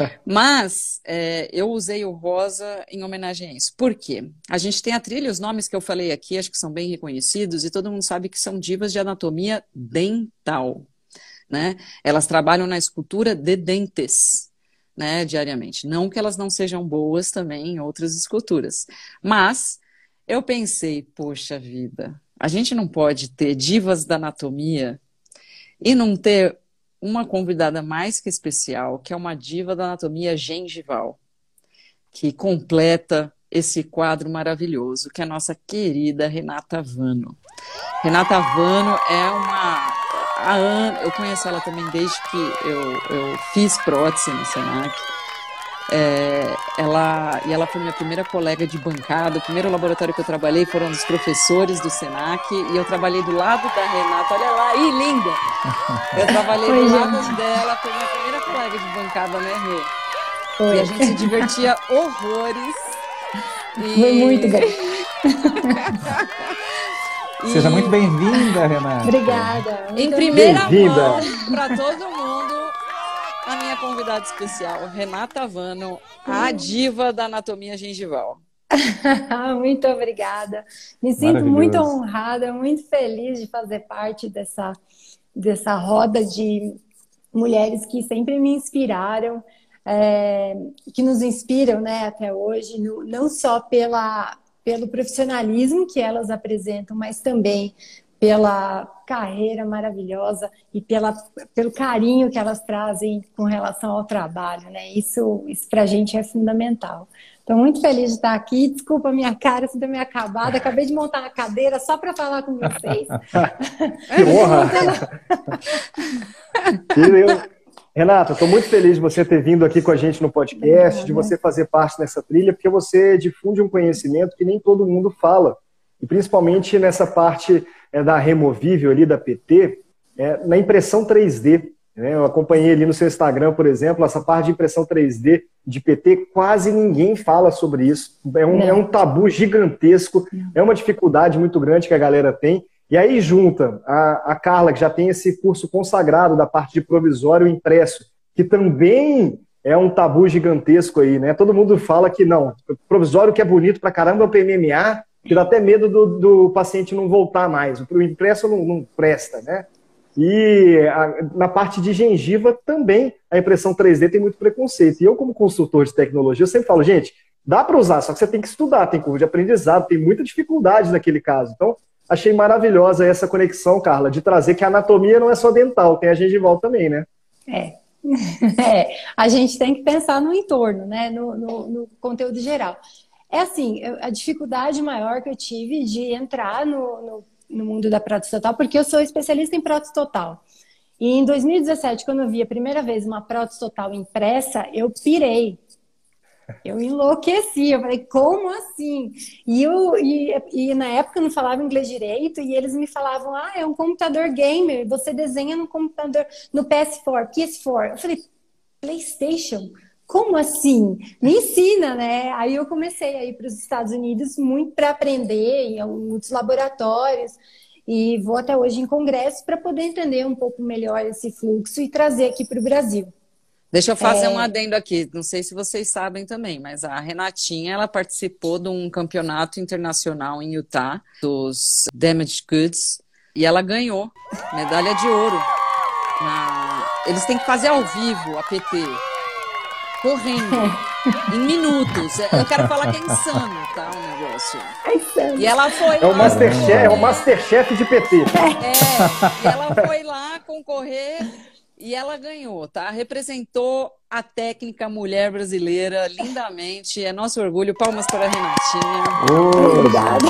Mas é, eu usei o rosa em homenagem a isso. Por quê? A gente tem a trilha, os nomes que eu falei aqui, acho que são bem reconhecidos, e todo mundo sabe que são divas de anatomia dental, né? Elas trabalham na escultura de dentes, né, diariamente. Não que elas não sejam boas também em outras esculturas. Mas eu pensei, poxa vida, a gente não pode ter divas da anatomia e não ter uma convidada mais que especial, que é uma diva da anatomia gengival, que completa esse quadro maravilhoso, que é a nossa querida Renata Vano. Renata Vano é uma... A Ana, eu conheço ela também desde que eu, eu fiz prótese no Senac. É, ela, e ela foi minha primeira colega de bancada. O primeiro laboratório que eu trabalhei foram os professores do Senac, e eu trabalhei do lado da Renata. Olha lá, ih, linda! Eu trabalhei
Oi,
do lado
gente.
dela, foi minha primeira colega de bancada, né, Rê?
Oi.
E a gente se divertia horrores. E...
Foi muito bom.
Seja muito bem-vinda, Renata.
Obrigada.
Em
Muito
primeira
Bem-vinda.
mão, para todo mundo, a minha convidada especial, Renata Vano, a diva da anatomia gengival.
Muito obrigada. Me sinto muito honrada, muito feliz de fazer parte dessa, dessa roda de mulheres que sempre me inspiraram, é, que nos inspiram, né, até hoje, no, não só pela, pelo profissionalismo que elas apresentam, mas também pela carreira maravilhosa e pela, pelo carinho que elas trazem com relação ao trabalho, né? Isso, isso para a gente é fundamental. Estou muito feliz de estar aqui. Desculpa a minha cara, se deu meio acabada. Acabei de montar na cadeira só para falar com vocês.
Que honra! Renata, estou muito feliz de você ter vindo aqui com a gente no podcast, uhum. de você fazer parte dessa trilha, porque você difunde um conhecimento que nem todo mundo fala. E principalmente nessa parte é, da Removível ali, da P T, é, na impressão três D. Né? Eu acompanhei ali no seu Instagram, por exemplo, essa parte de impressão três D de P T, quase ninguém fala sobre isso. É um, é um tabu gigantesco, é uma dificuldade muito grande que a galera tem. E aí junta a, a Carla, que já tem esse curso consagrado da parte de provisório impresso, que também é um tabu gigantesco aí, né? Todo mundo fala que não, provisório que é bonito pra caramba é o P M M A, que dá até medo do, do paciente não voltar mais. O impresso não, não presta, né? E a, na parte de gengiva também a impressão três D tem muito preconceito. E eu, como consultor de tecnologia, eu sempre falo, gente, dá para usar, só que você tem que estudar, tem curva de aprendizado, tem muita dificuldade naquele caso. Então, achei maravilhosa essa conexão, Carla, de trazer que a anatomia não é só dental, tem a gengival também, né?
É. é. A gente tem que pensar no entorno, né? No, no, no conteúdo geral. É assim, a dificuldade maior que eu tive de entrar no, no, no mundo da prótese total, porque eu sou especialista em prótese total. E em dois mil e dezessete, quando eu vi a primeira vez uma prótese total impressa, eu pirei. Eu enlouqueci, eu falei, como assim? E, eu, e, e na época eu não falava inglês direito, e eles me falavam, ah, é um computador gamer, você desenha no computador, no P S quatro, P S quatro. Eu falei, PlayStation? Como assim? Me ensina, né? Aí eu comecei a ir para os Estados Unidos muito para aprender, em muitos laboratórios, e vou até hoje em congressos para poder entender um pouco melhor esse fluxo e trazer aqui para o Brasil.
Deixa eu fazer
é...
um adendo aqui, não sei se vocês sabem também, mas a Renatinha, ela participou de um campeonato internacional em Utah, dos Damaged Goods, e ela ganhou medalha de ouro. Na... Eles têm que fazer ao vivo a P T. Correndo, em minutos. Eu quero falar que é insano, tá, o negócio.
É insano.
E ela foi
é
lá...
O Masterchef, é o Masterchef de P T.
É, e ela foi lá concorrer e ela ganhou, tá? Representou a técnica mulher brasileira lindamente. É nosso orgulho. Palmas para a Renatinha.
Oh, obrigada.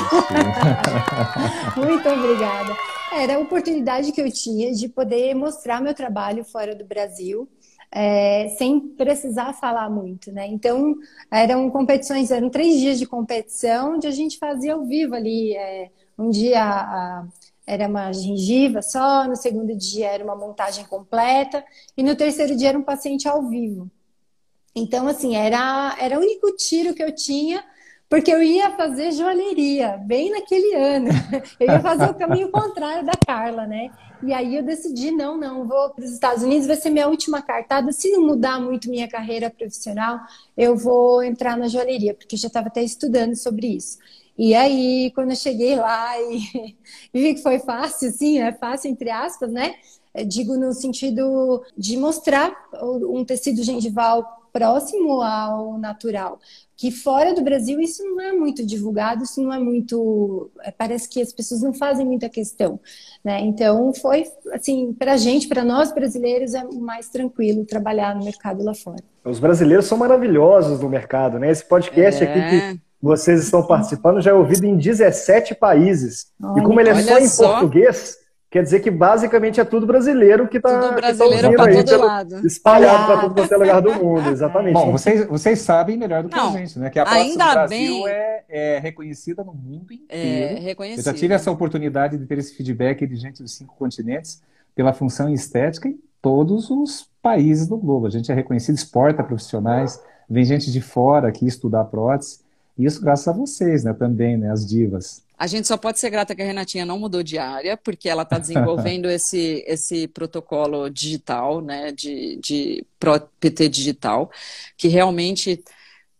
Muito obrigada. Era a oportunidade que eu tinha de poder mostrar meu trabalho fora do Brasil. É, sem precisar falar muito, né? Então, eram competições, eram três dias de competição, onde a gente fazia ao vivo ali. É, um dia a, era uma gengiva só, no segundo dia era uma montagem completa, e no terceiro dia era um paciente ao vivo. Então, assim, era, era o único tiro que eu tinha, porque eu ia fazer joalheria, bem naquele ano. Eu ia fazer o caminho contrário da Carla, né? E aí eu decidi, não, não, vou para os Estados Unidos, vai ser minha última cartada. Se não mudar muito minha carreira profissional, eu vou entrar na joalheria, porque eu já estava até estudando sobre isso. E aí, quando eu cheguei lá e, e vi que foi fácil, sim, é fácil, entre aspas, né? Eu digo no sentido de mostrar um tecido gengival próximo ao natural. Que fora do Brasil isso não é muito divulgado, isso não é muito... Parece que as pessoas não fazem muita questão, né? Então foi, assim, para a gente, para nós brasileiros, é mais tranquilo trabalhar no mercado lá fora.
Os brasileiros são maravilhosos no mercado, né? Esse podcast é. aqui que vocês estão participando já é ouvido em dezessete países. Olha, e como ele é só em só. português... Quer dizer que basicamente é tudo brasileiro que está
tá para todo lado.
Espalhado para todo quanto é lugar do mundo, exatamente.
Bom, vocês, vocês sabem melhor do que
Não,
a gente, né? Que a prótese do Brasil
bem...
é, é reconhecida no mundo inteiro.
É reconhecida.
Eu já tive essa oportunidade de ter esse feedback de gente dos cinco continentes pela função estética em todos os países do globo. A gente é reconhecido, exporta profissionais, vem gente de fora aqui estudar prótese. Isso graças a vocês, né? Também, né? As divas.
A gente só pode ser grata que a Renatinha não mudou de área, porque ela está desenvolvendo esse, esse protocolo digital, né, de, de P T digital, que realmente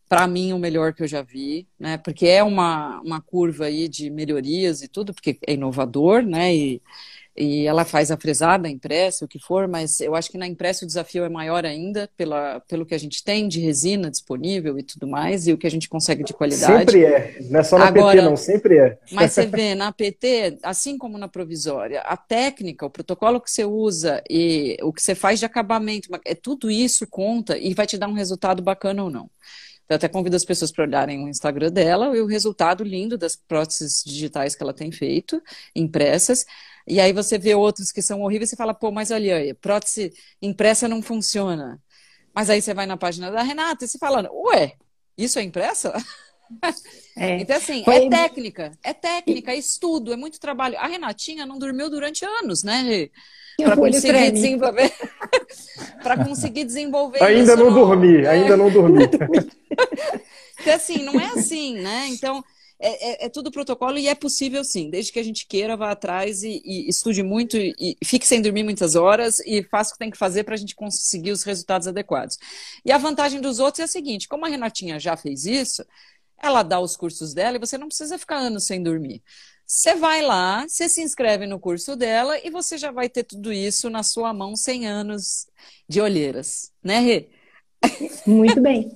para mim, o melhor que eu já vi, né? Porque é uma, uma curva aí de melhorias e tudo, porque é inovador, né? E, e ela faz a fresada, a impressa, o que for, mas eu acho que na impressa o desafio é maior ainda pela, pelo que a gente tem de resina disponível e tudo mais, e o que a gente consegue de qualidade.
Sempre é, não é só na
Agora,
P T não, sempre é.
Mas você vê, na P T, assim como na provisória, a técnica, o protocolo que você usa e o que você faz de acabamento, é tudo isso conta e vai te dar um resultado bacana ou não. Eu até convido as pessoas para olharem o Instagram dela e o resultado lindo das próteses digitais que ela tem feito, impressas. E aí você vê outros que são horríveis e fala, pô, mas olha aí, prótese impressa não funciona. Mas aí você vai na página da Renata e se fala, ué, isso é impressa?
É.
Então, assim,
Foi...
é técnica, é técnica, é estudo, é muito trabalho. A Renatinha não dormiu durante anos, né? Para conseguir desenvolver. Para conseguir desenvolver
ainda
isso.
Não
no...
dormi,
é.
ainda não dormi.
Então, assim, não é assim, né? Então, é, é, é tudo protocolo e é possível sim, desde que a gente queira, vá atrás e, e estude muito e, e fique sem dormir muitas horas e faça o que tem que fazer para a gente conseguir os resultados adequados. E a vantagem dos outros é a seguinte, como a Renatinha já fez isso, ela dá os cursos dela e você não precisa ficar anos sem dormir. Você vai lá, você se inscreve no curso dela e você já vai ter tudo isso na sua mão sem anos de olheiras, né, Rê?
Muito bem.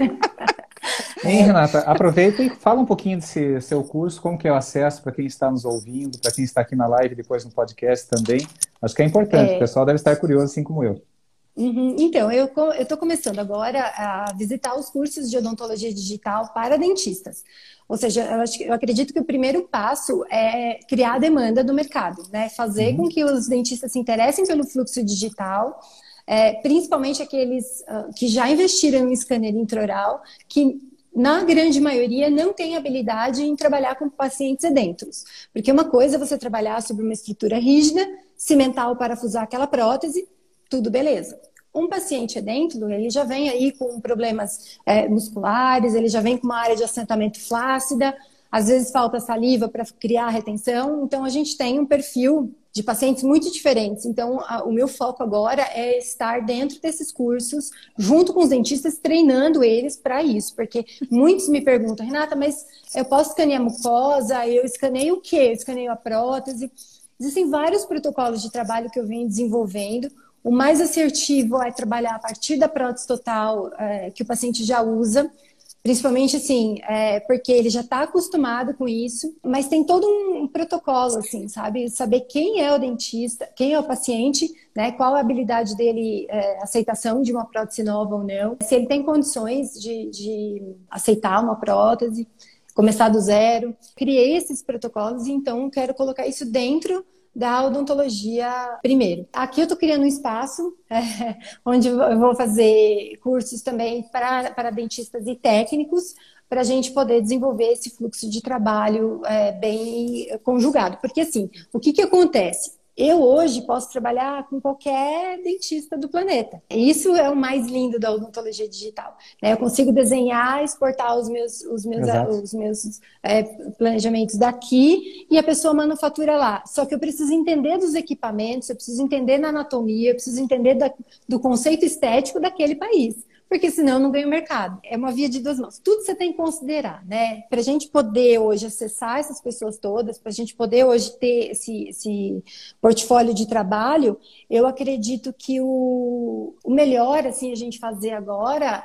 Hein, Renata, aproveita e fala um pouquinho desse seu curso, como que é o acesso para quem está nos ouvindo, para quem está aqui na live e depois no podcast também. Acho que é importante, é. O pessoal deve estar curioso, assim como eu.
Uhum. Então, eu estou começando agora a visitar os cursos de odontologia digital para dentistas. Ou seja, eu, acho, eu acredito que o primeiro passo é criar a demanda do mercado, né? Fazer uhum. com que os dentistas se interessem pelo fluxo digital, é, principalmente aqueles uh, que já investiram em scanner intraoral, que na grande maioria não tem habilidade em trabalhar com pacientes edênturos. Porque uma coisa é você trabalhar sobre uma estrutura rígida, cimentar ou parafusar aquela prótese, tudo beleza. Um paciente edêntulo, ele já vem aí com problemas é, musculares, ele já vem com uma área de assentamento flácida, às vezes falta saliva para criar retenção, então a gente tem um perfil de pacientes muito diferentes. Então, a, o meu foco agora é estar dentro desses cursos, junto com os dentistas, treinando eles para isso, porque muitos me perguntam, Renata, mas eu posso escanear a mucosa, eu escaneio o quê? Eu escaneio a prótese. Existem vários protocolos de trabalho que eu venho desenvolvendo. O mais assertivo é trabalhar a partir da prótese total é, que o paciente já usa, principalmente assim, é, porque ele já está acostumado com isso, mas tem todo um protocolo, assim, sabe? Saber quem é o dentista, quem é o paciente, né? Qual a habilidade dele, é, aceitação de uma prótese nova ou não, se ele tem condições de, de aceitar uma prótese, começar do zero. Criei esses protocolos e então quero colocar isso dentro da odontologia primeiro. Aqui eu estou criando um espaço é, onde eu vou fazer cursos também para, para dentistas e técnicos, para a gente poder desenvolver esse fluxo de trabalho é, bem conjugado. Porque assim, o que, que acontece? Eu hoje posso trabalhar com qualquer dentista do planeta. Isso é o mais lindo da odontologia digital, né? Eu consigo desenhar, exportar os meus, os meus, os meus é, planejamentos daqui e a pessoa manufatura lá. Só que eu preciso entender dos equipamentos, eu preciso entender da anatomia, eu preciso entender da, do conceito estético daquele país. Porque senão eu não ganho mercado. É uma via de duas mãos. Tudo você tem que considerar, né? Para a gente poder hoje acessar essas pessoas todas, para a gente poder hoje ter esse, esse portfólio de trabalho, eu acredito que o, o melhor, assim, a gente fazer agora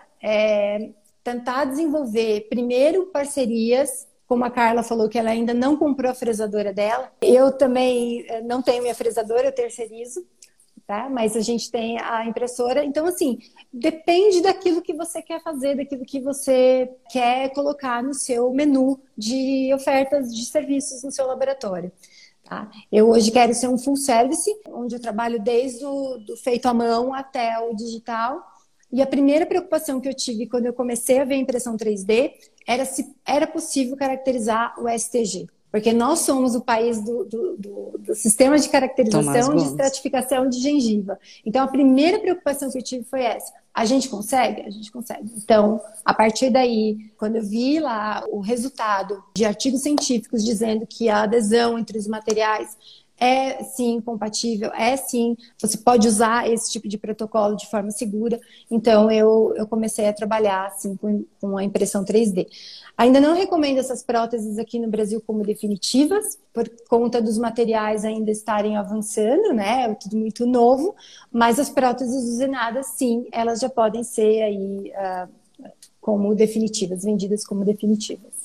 é tentar desenvolver, primeiro, parcerias, como a Carla falou que ela ainda não comprou a fresadora dela. Eu também não tenho minha fresadora, eu terceirizo. Tá? Mas a gente tem a impressora, então assim, depende daquilo que você quer fazer, daquilo que você quer colocar no seu menu de ofertas de serviços no seu laboratório. Tá? Eu hoje quero ser um full service, onde eu trabalho desde o do feito à mão até o digital, e a primeira preocupação que eu tive quando eu comecei a ver impressão três D era se era possível caracterizar o S T G. Porque nós somos o país do, do, do, do sistema de caracterização de estratificação de gengiva. Então, a primeira preocupação que eu tive foi essa. A gente consegue? A gente consegue. Então, a partir daí, quando eu vi lá o resultado de artigos científicos dizendo que a adesão entre os materiais É sim compatível, é sim, você pode usar esse tipo de protocolo de forma segura. Então eu, eu comecei a trabalhar assim com, com a impressão três D. Ainda não recomendo essas próteses aqui no Brasil como definitivas, por conta dos materiais ainda estarem avançando, né? É tudo muito novo, mas as próteses usinadas, sim, elas já podem ser aí uh, como definitivas, vendidas como definitivas.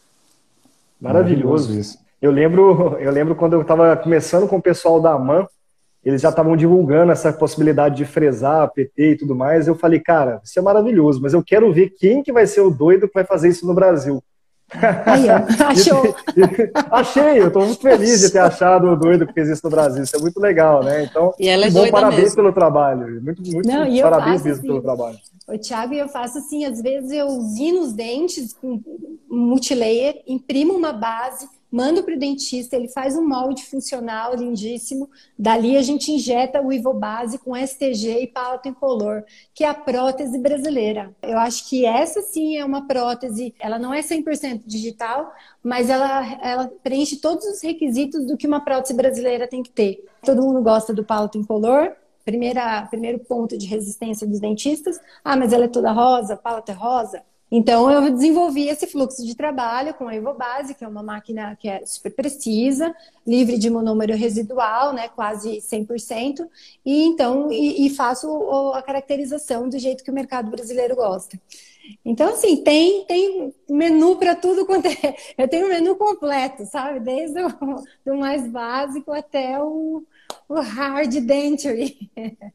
Maravilhoso isso. Eu lembro, eu lembro quando eu estava começando com o pessoal da AMAN, eles já estavam divulgando essa possibilidade de fresar, P T e tudo mais. Eu falei, cara, isso é maravilhoso, mas eu quero ver quem que vai ser o doido que vai fazer isso no Brasil.
Aí, ó, achou.
Achei, eu estou muito feliz de ter achado o doido que fez isso no Brasil. Isso é muito legal, né? Então,
e ela é
bom,
doida
parabéns
mesmo.
pelo trabalho. Muito, muito
Não,
parabéns mesmo
assim,
pelo trabalho.
O Thiago, eu faço assim, às vezes eu usino os dentes com multilayer, imprimo uma base, mando para o dentista, ele faz um molde funcional lindíssimo, dali a gente injeta o Ivobase com S T G e palato incolor, que é a prótese brasileira. Eu acho que essa sim é uma prótese, ela não é cem por cento digital, mas ela, ela preenche todos os requisitos do que uma prótese brasileira tem que ter. Todo mundo gosta do palato incolor. Primeira, primeiro ponto de resistência dos dentistas. Ah, mas ela é toda rosa, palato é rosa. Então, eu desenvolvi esse fluxo de trabalho com a Ivobase, que é uma máquina que é super precisa, livre de monômero residual, né, quase cem por cento, e então e, e faço a caracterização do jeito que o mercado brasileiro gosta. Então, assim, tem, tem menu para tudo quanto é. Eu tenho um menu completo, sabe? Desde o do mais básico até o o hard denture.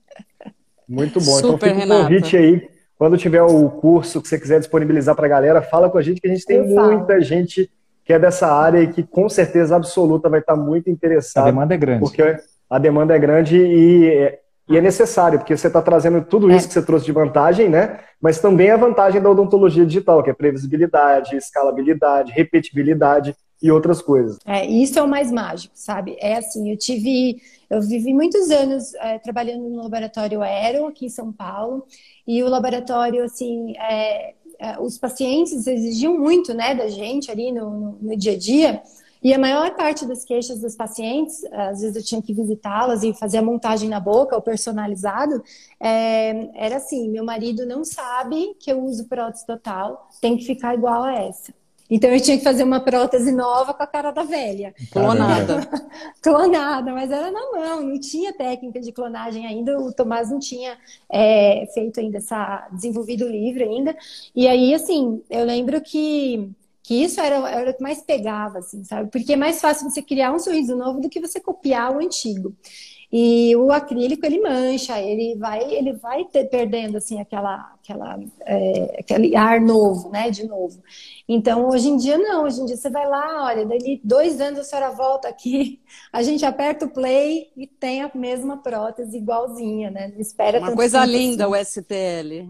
Muito bom.
Super,
então fica
Renata.
o convite aí. Quando tiver o curso que você quiser disponibilizar para a galera, fala com a gente, que a gente tem
Eu
muita
falo.
gente que é dessa área e que com certeza absoluta vai estar muito interessada.
A demanda é grande.
Porque a demanda é grande e, e é necessário, porque você está trazendo tudo isso
É.
que você trouxe de vantagem, né? Mas também a vantagem da odontologia digital, que é previsibilidade, escalabilidade, repetibilidade e outras coisas.
É, isso é o mais mágico, sabe? É assim, eu tive, eu vivi muitos anos é, trabalhando no laboratório Aero, aqui em São Paulo, e o laboratório, assim, é, é, os pacientes exigiam muito, né, da gente ali no, no, no dia a dia, e a maior parte das queixas dos pacientes, às vezes eu tinha que visitá-las e fazer a montagem na boca, ou personalizado, é, era assim, meu marido não sabe que eu uso prótese total, tem que ficar igual a essa. Então eu tinha que fazer uma prótese nova com a cara da velha.
Clonada.
Clonada, mas era na mão, não tinha técnica de clonagem ainda, o Tomás não tinha é, feito ainda essa, desenvolvido o livro ainda. E aí, assim, eu lembro que, que isso era, era o que mais pegava, assim, sabe? Porque é mais fácil você criar um sorriso novo do que você copiar o antigo. E o acrílico, ele mancha, ele vai, ele vai ter, perdendo, assim, aquela, aquela, é, aquele ar novo, né, de novo. Então, hoje em dia, não. Hoje em dia, você vai lá, olha, dali dois anos a senhora volta aqui, a gente aperta o play e tem a mesma prótese igualzinha, né? Não espera
Uma
tanto
coisa
tempo
linda
assim.
o S T L.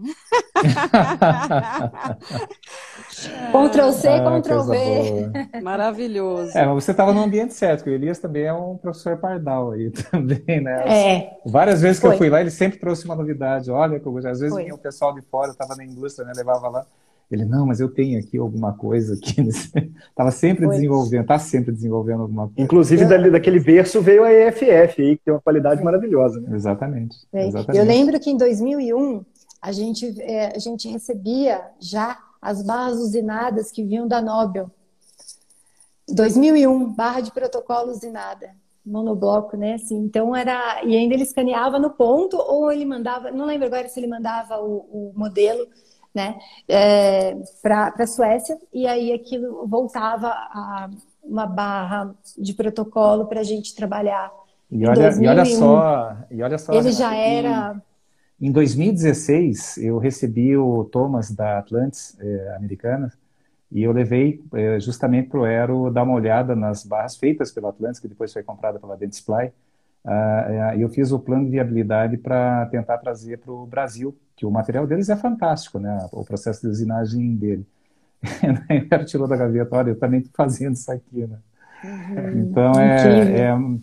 Ctrl C,
Ah,
Ctrl
coisa
V.
boa.
Maravilhoso.
É, mas você estava no ambiente certo, que o Elias também é um professor pardal aí também, né? As-
É,
várias vezes que eu
foi,
fui lá, ele sempre trouxe uma novidade. Olha, que eu- às vezes
foi.
vinha o pessoal de fora, eu estava na indústria, né? Levava lá. Ele, não, mas eu tenho aqui alguma coisa aqui. Tava sempre
Foi.
desenvolvendo, tá sempre desenvolvendo alguma coisa.
Inclusive,
Eu,
dali, daquele berço veio a E F F aí, que tem uma qualidade
é,
maravilhosa, né?
Exatamente,
é. Eu
exatamente.
lembro que em dois mil e um a gente, é, a gente recebia já as barras usinadas que vinham da Nobel. dois mil e um, barra de protocolo usinada, monobloco, né? Assim, então era. E ainda ele escaneava no ponto, ou ele mandava, não lembro agora se ele mandava o, o modelo, né, é, para a Suécia, e aí aquilo voltava a uma barra de protocolo para a gente trabalhar.
E
Em
olha, e olha
dois mil e um,
só, e olha só,
ele
Renata,
já
e
era.
em dois mil e dezesseis eu recebi o Thomas da Atlantis, eh, americana, e eu levei eh, justamente para o Aero dar uma olhada nas barras feitas pela Atlantis, que depois foi comprada pela Dentsply. Ah, e eu fiz o plano de viabilidade para tentar trazer para o Brasil, que o material deles é fantástico, né? O processo de usinagem dele. Ele tirou da gaveta, olha, eu também estou fazendo isso aqui, né?
Uhum,
Então, é,
incrível.
é,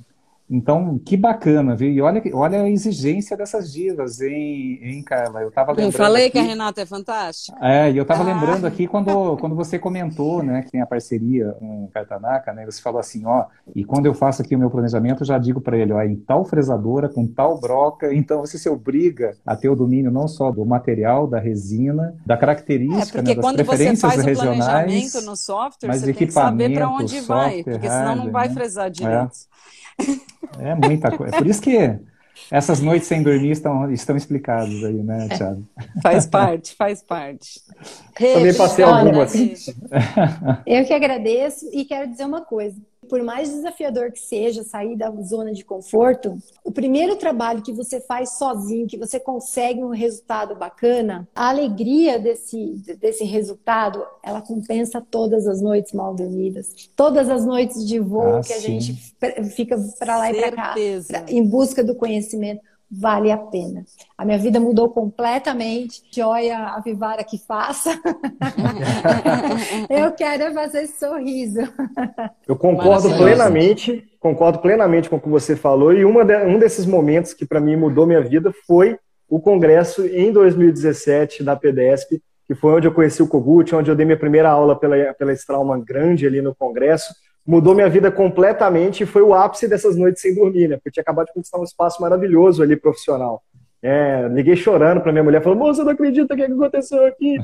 Então, que bacana, viu? E olha, olha a exigência dessas divas, hein, hein, Carla? Eu estava
Eu
lembrando
falei
aqui,
que a Renata é fantástica.
é, e eu estava
Ah,
lembrando aqui quando, quando você comentou, né, que tem a parceria com o Kartanaka, né? Você falou assim, ó, e quando eu faço aqui o meu planejamento, eu já digo para ele, ó, em tal fresadora, com tal broca, então você se obriga a ter o domínio não só do material, da resina, da
é,
característica, né,
porque
das
quando você
preferências
faz o planejamento
regionais,
no software,
mas
você tem que saber para
equipamento,
onde vai,
software,
porque senão não
hardware,
vai
né?
fresar
É.
direito.
É muita coisa. É por isso que essas noites sem dormir estão, estão explicadas aí, né, Thiago?
Faz parte, faz parte. Rê,
Também passei
obrigada,
algumas.
Rê.
Eu que agradeço e quero dizer uma coisa. Por mais desafiador que seja sair da zona de conforto, o primeiro trabalho que você faz sozinho, que você consegue um resultado bacana, a alegria desse, desse resultado, ela compensa todas as noites mal dormidas, todas as noites de voo
Ah,
que a
sim.
gente fica para lá e para cá,
Certeza.
pra, em busca do conhecimento. Vale a pena. A minha vida mudou completamente. Joia a Vivara que faça. Eu quero fazer esse sorriso.
Eu concordo
Maravilhoso.
plenamente, concordo plenamente com o que você falou, e uma de, um desses momentos que para mim mudou minha vida foi o congresso em dois mil e dezessete da PDESP, que foi onde eu conheci o Kogut, onde eu dei minha primeira aula pela, pela Straumann grande ali no congresso. Mudou minha vida completamente e foi o ápice dessas noites sem dormir, né? Porque eu tinha acabado de conquistar um espaço maravilhoso ali profissional. É, liguei chorando para minha mulher, falando, moça, eu não acredito o que aconteceu aqui.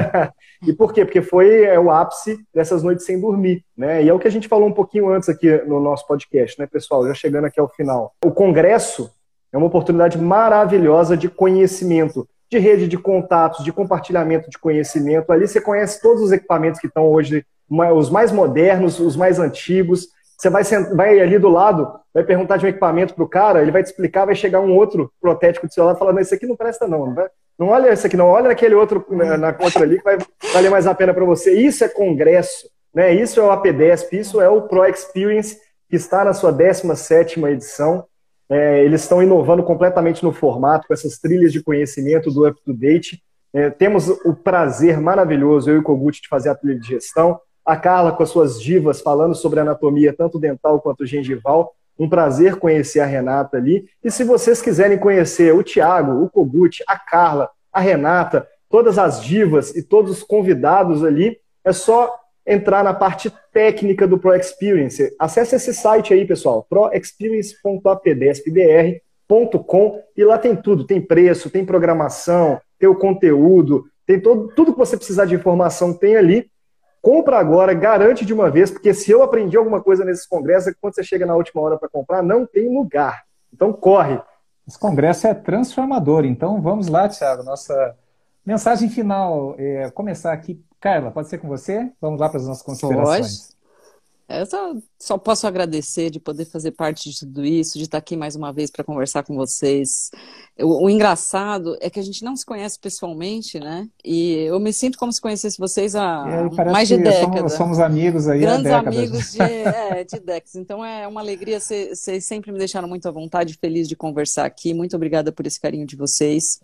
E por quê? Porque foi é, o ápice dessas noites sem dormir, né? E é o que a gente falou um pouquinho antes aqui no nosso podcast, né, pessoal? Já chegando aqui ao final. O congresso é uma oportunidade maravilhosa de conhecimento, de rede de contatos, de compartilhamento de conhecimento. Ali você conhece todos os equipamentos que estão hoje, os mais modernos, os mais antigos. Você vai, vai ali do lado, vai perguntar de um equipamento para o cara, ele vai te explicar, vai chegar um outro protético do seu lado falando, isso aqui não presta não, não, vai, não olha isso aqui não, olha aquele outro na contra ali que vai valer mais a pena para você. Isso é congresso, né? Isso é o APDESP, isso é o Pro Experience, que está na sua décima sétima edição. É, eles estão inovando completamente no formato, com essas trilhas de conhecimento do up-to-date. É, temos o prazer maravilhoso, eu e o Kogut, de fazer a trilha de gestão. A Carla com as suas divas falando sobre anatomia, tanto dental quanto gengival. Um prazer conhecer a Renata ali. E se vocês quiserem conhecer o Thiago, o Kogut, a Carla, a Renata, todas as divas e todos os convidados ali, é só entrar na parte técnica do Pro Experience. Acesse esse site aí, pessoal, pro experience ponto a p d e s p b r ponto com, e lá tem tudo, tem preço, tem programação, tem o conteúdo, tem todo, tudo que você precisar de informação tem ali. Compra agora, garante de uma vez, porque se eu aprendi alguma coisa nesses congressos, é que quando você chega na última hora para comprar, não tem lugar. Então corre.
Esse congresso é transformador, então vamos lá, Thiago, nossa mensagem final, é, começar aqui. Carla, pode ser com você? Vamos lá para as nossas considerações.
Pode. Eu só, só posso agradecer de poder fazer parte de tudo isso, de estar aqui mais uma vez para conversar com vocês. O, o engraçado é que a gente não se conhece pessoalmente, né? E eu me sinto como se conhecesse vocês há mais de década.
Somos, somos amigos aí
Grandes
há décadas.
amigos de, é, de décadas. Então é uma alegria, vocês sempre me deixaram muito à vontade, feliz de conversar aqui. Muito obrigada por esse carinho de vocês.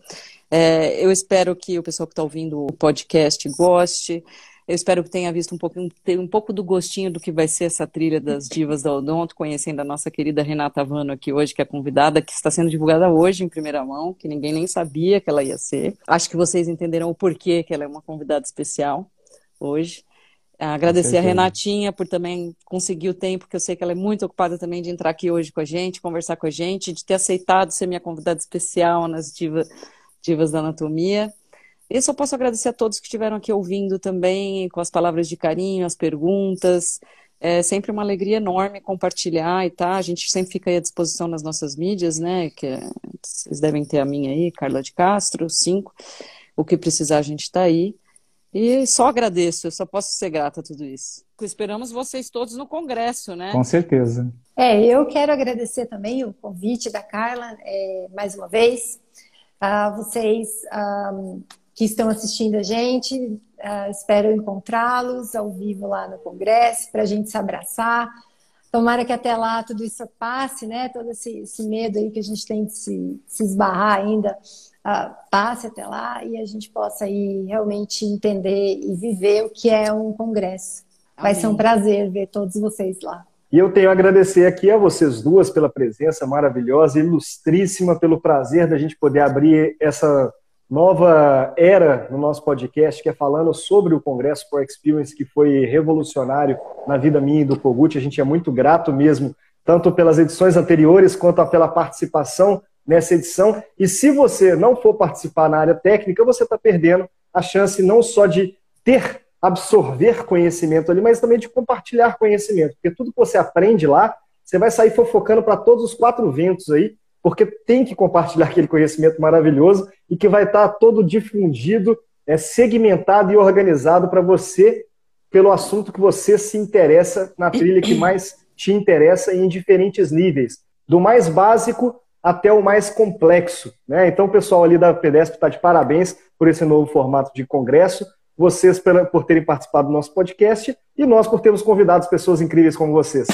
É, eu espero que o pessoal que está ouvindo o podcast goste. Eu espero que tenha visto um pouco, um pouco do gostinho do que vai ser essa trilha das divas da Odonto, conhecendo a nossa querida Renata Vano aqui hoje, que é a convidada, que está sendo divulgada hoje em primeira mão, que ninguém nem sabia que ela ia ser. Acho que vocês entenderão o porquê que ela é uma convidada especial hoje. Agradecer a Renatinha por também conseguir o tempo, que eu sei que ela é muito ocupada também de entrar aqui hoje com a gente, conversar com a gente, de ter aceitado ser minha convidada especial nas diva, Divas da Anatomia. Eu só posso agradecer a todos que estiveram aqui ouvindo também, com as palavras de carinho, as perguntas. É sempre uma alegria enorme compartilhar e tá. A gente sempre fica aí à disposição nas nossas mídias, né? Que é, vocês devem ter a minha aí, Carla de Castro, cinco. O que precisar, a gente está aí. E só agradeço, eu só posso ser grata a tudo isso. Esperamos vocês todos no congresso, né?
Com certeza.
É, eu quero agradecer também o convite da Carla, é, mais uma vez. A vocês um, que estão assistindo a gente, uh, espero encontrá-los ao vivo lá no congresso, para a gente se abraçar. Tomara que até lá tudo isso passe, né? Todo esse, esse medo aí que a gente tem de se, se esbarrar ainda, uh, passe até lá e a gente possa aí realmente entender e viver o que é um congresso. Vai
Amém.
ser um prazer ver todos vocês lá.
E eu tenho a agradecer aqui a vocês duas pela presença maravilhosa, ilustríssima, pelo prazer da gente poder abrir essa nova era no nosso podcast, que é falando sobre o Congresso Pro Experience, que foi revolucionário na vida minha e do Kogut. A gente é muito grato mesmo, tanto pelas edições anteriores quanto pela participação nessa edição. E se você não for participar na área técnica, você está perdendo a chance não só de ter, absorver conhecimento ali, mas também de compartilhar conhecimento. Porque tudo que você aprende lá, você vai sair fofocando para todos os quatro ventos aí, porque tem que compartilhar aquele conhecimento maravilhoso e que vai estar todo difundido, é, segmentado e organizado para você, pelo assunto que você se interessa, na trilha que mais te interessa em diferentes níveis, do mais básico até o mais complexo, né? Então o pessoal ali da PDESP está de parabéns por esse novo formato de congresso, vocês por terem participado do nosso podcast e nós por termos convidado pessoas incríveis como vocês.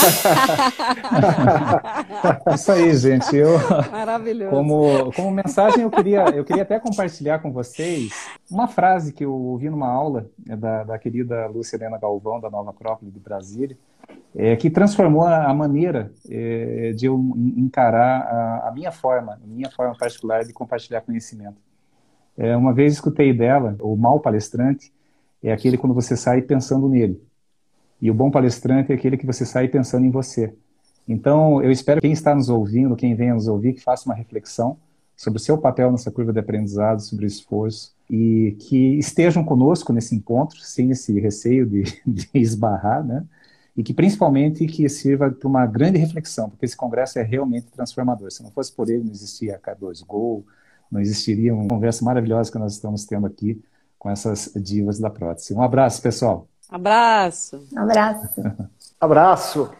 Isso aí, gente. Eu,
Maravilhoso.
Como, como mensagem, eu queria, eu queria até compartilhar com vocês uma frase que eu ouvi numa aula da, da querida Lúcia Helena Galvão, da Nova Acrópole de Brasília, é, que transformou a maneira é, de eu encarar a, a minha forma, a minha forma particular de compartilhar conhecimento. É, uma vez escutei dela, o mau palestrante é aquele quando você sai pensando nele. E o bom palestrante é aquele que você sai pensando em você. Então, eu espero que quem está nos ouvindo, quem venha nos ouvir, que faça uma reflexão sobre o seu papel nessa curva de aprendizado, sobre o esforço, e que estejam conosco nesse encontro, sem esse receio de, de esbarrar, né? E que principalmente que sirva para uma grande reflexão, porque esse congresso é realmente transformador. Se não fosse por ele, não existia a K dois Go, não existiria uma conversa maravilhosa que nós estamos tendo aqui com essas divas da prótese. Um abraço, pessoal.
Abraço.
Um abraço.
Abraço.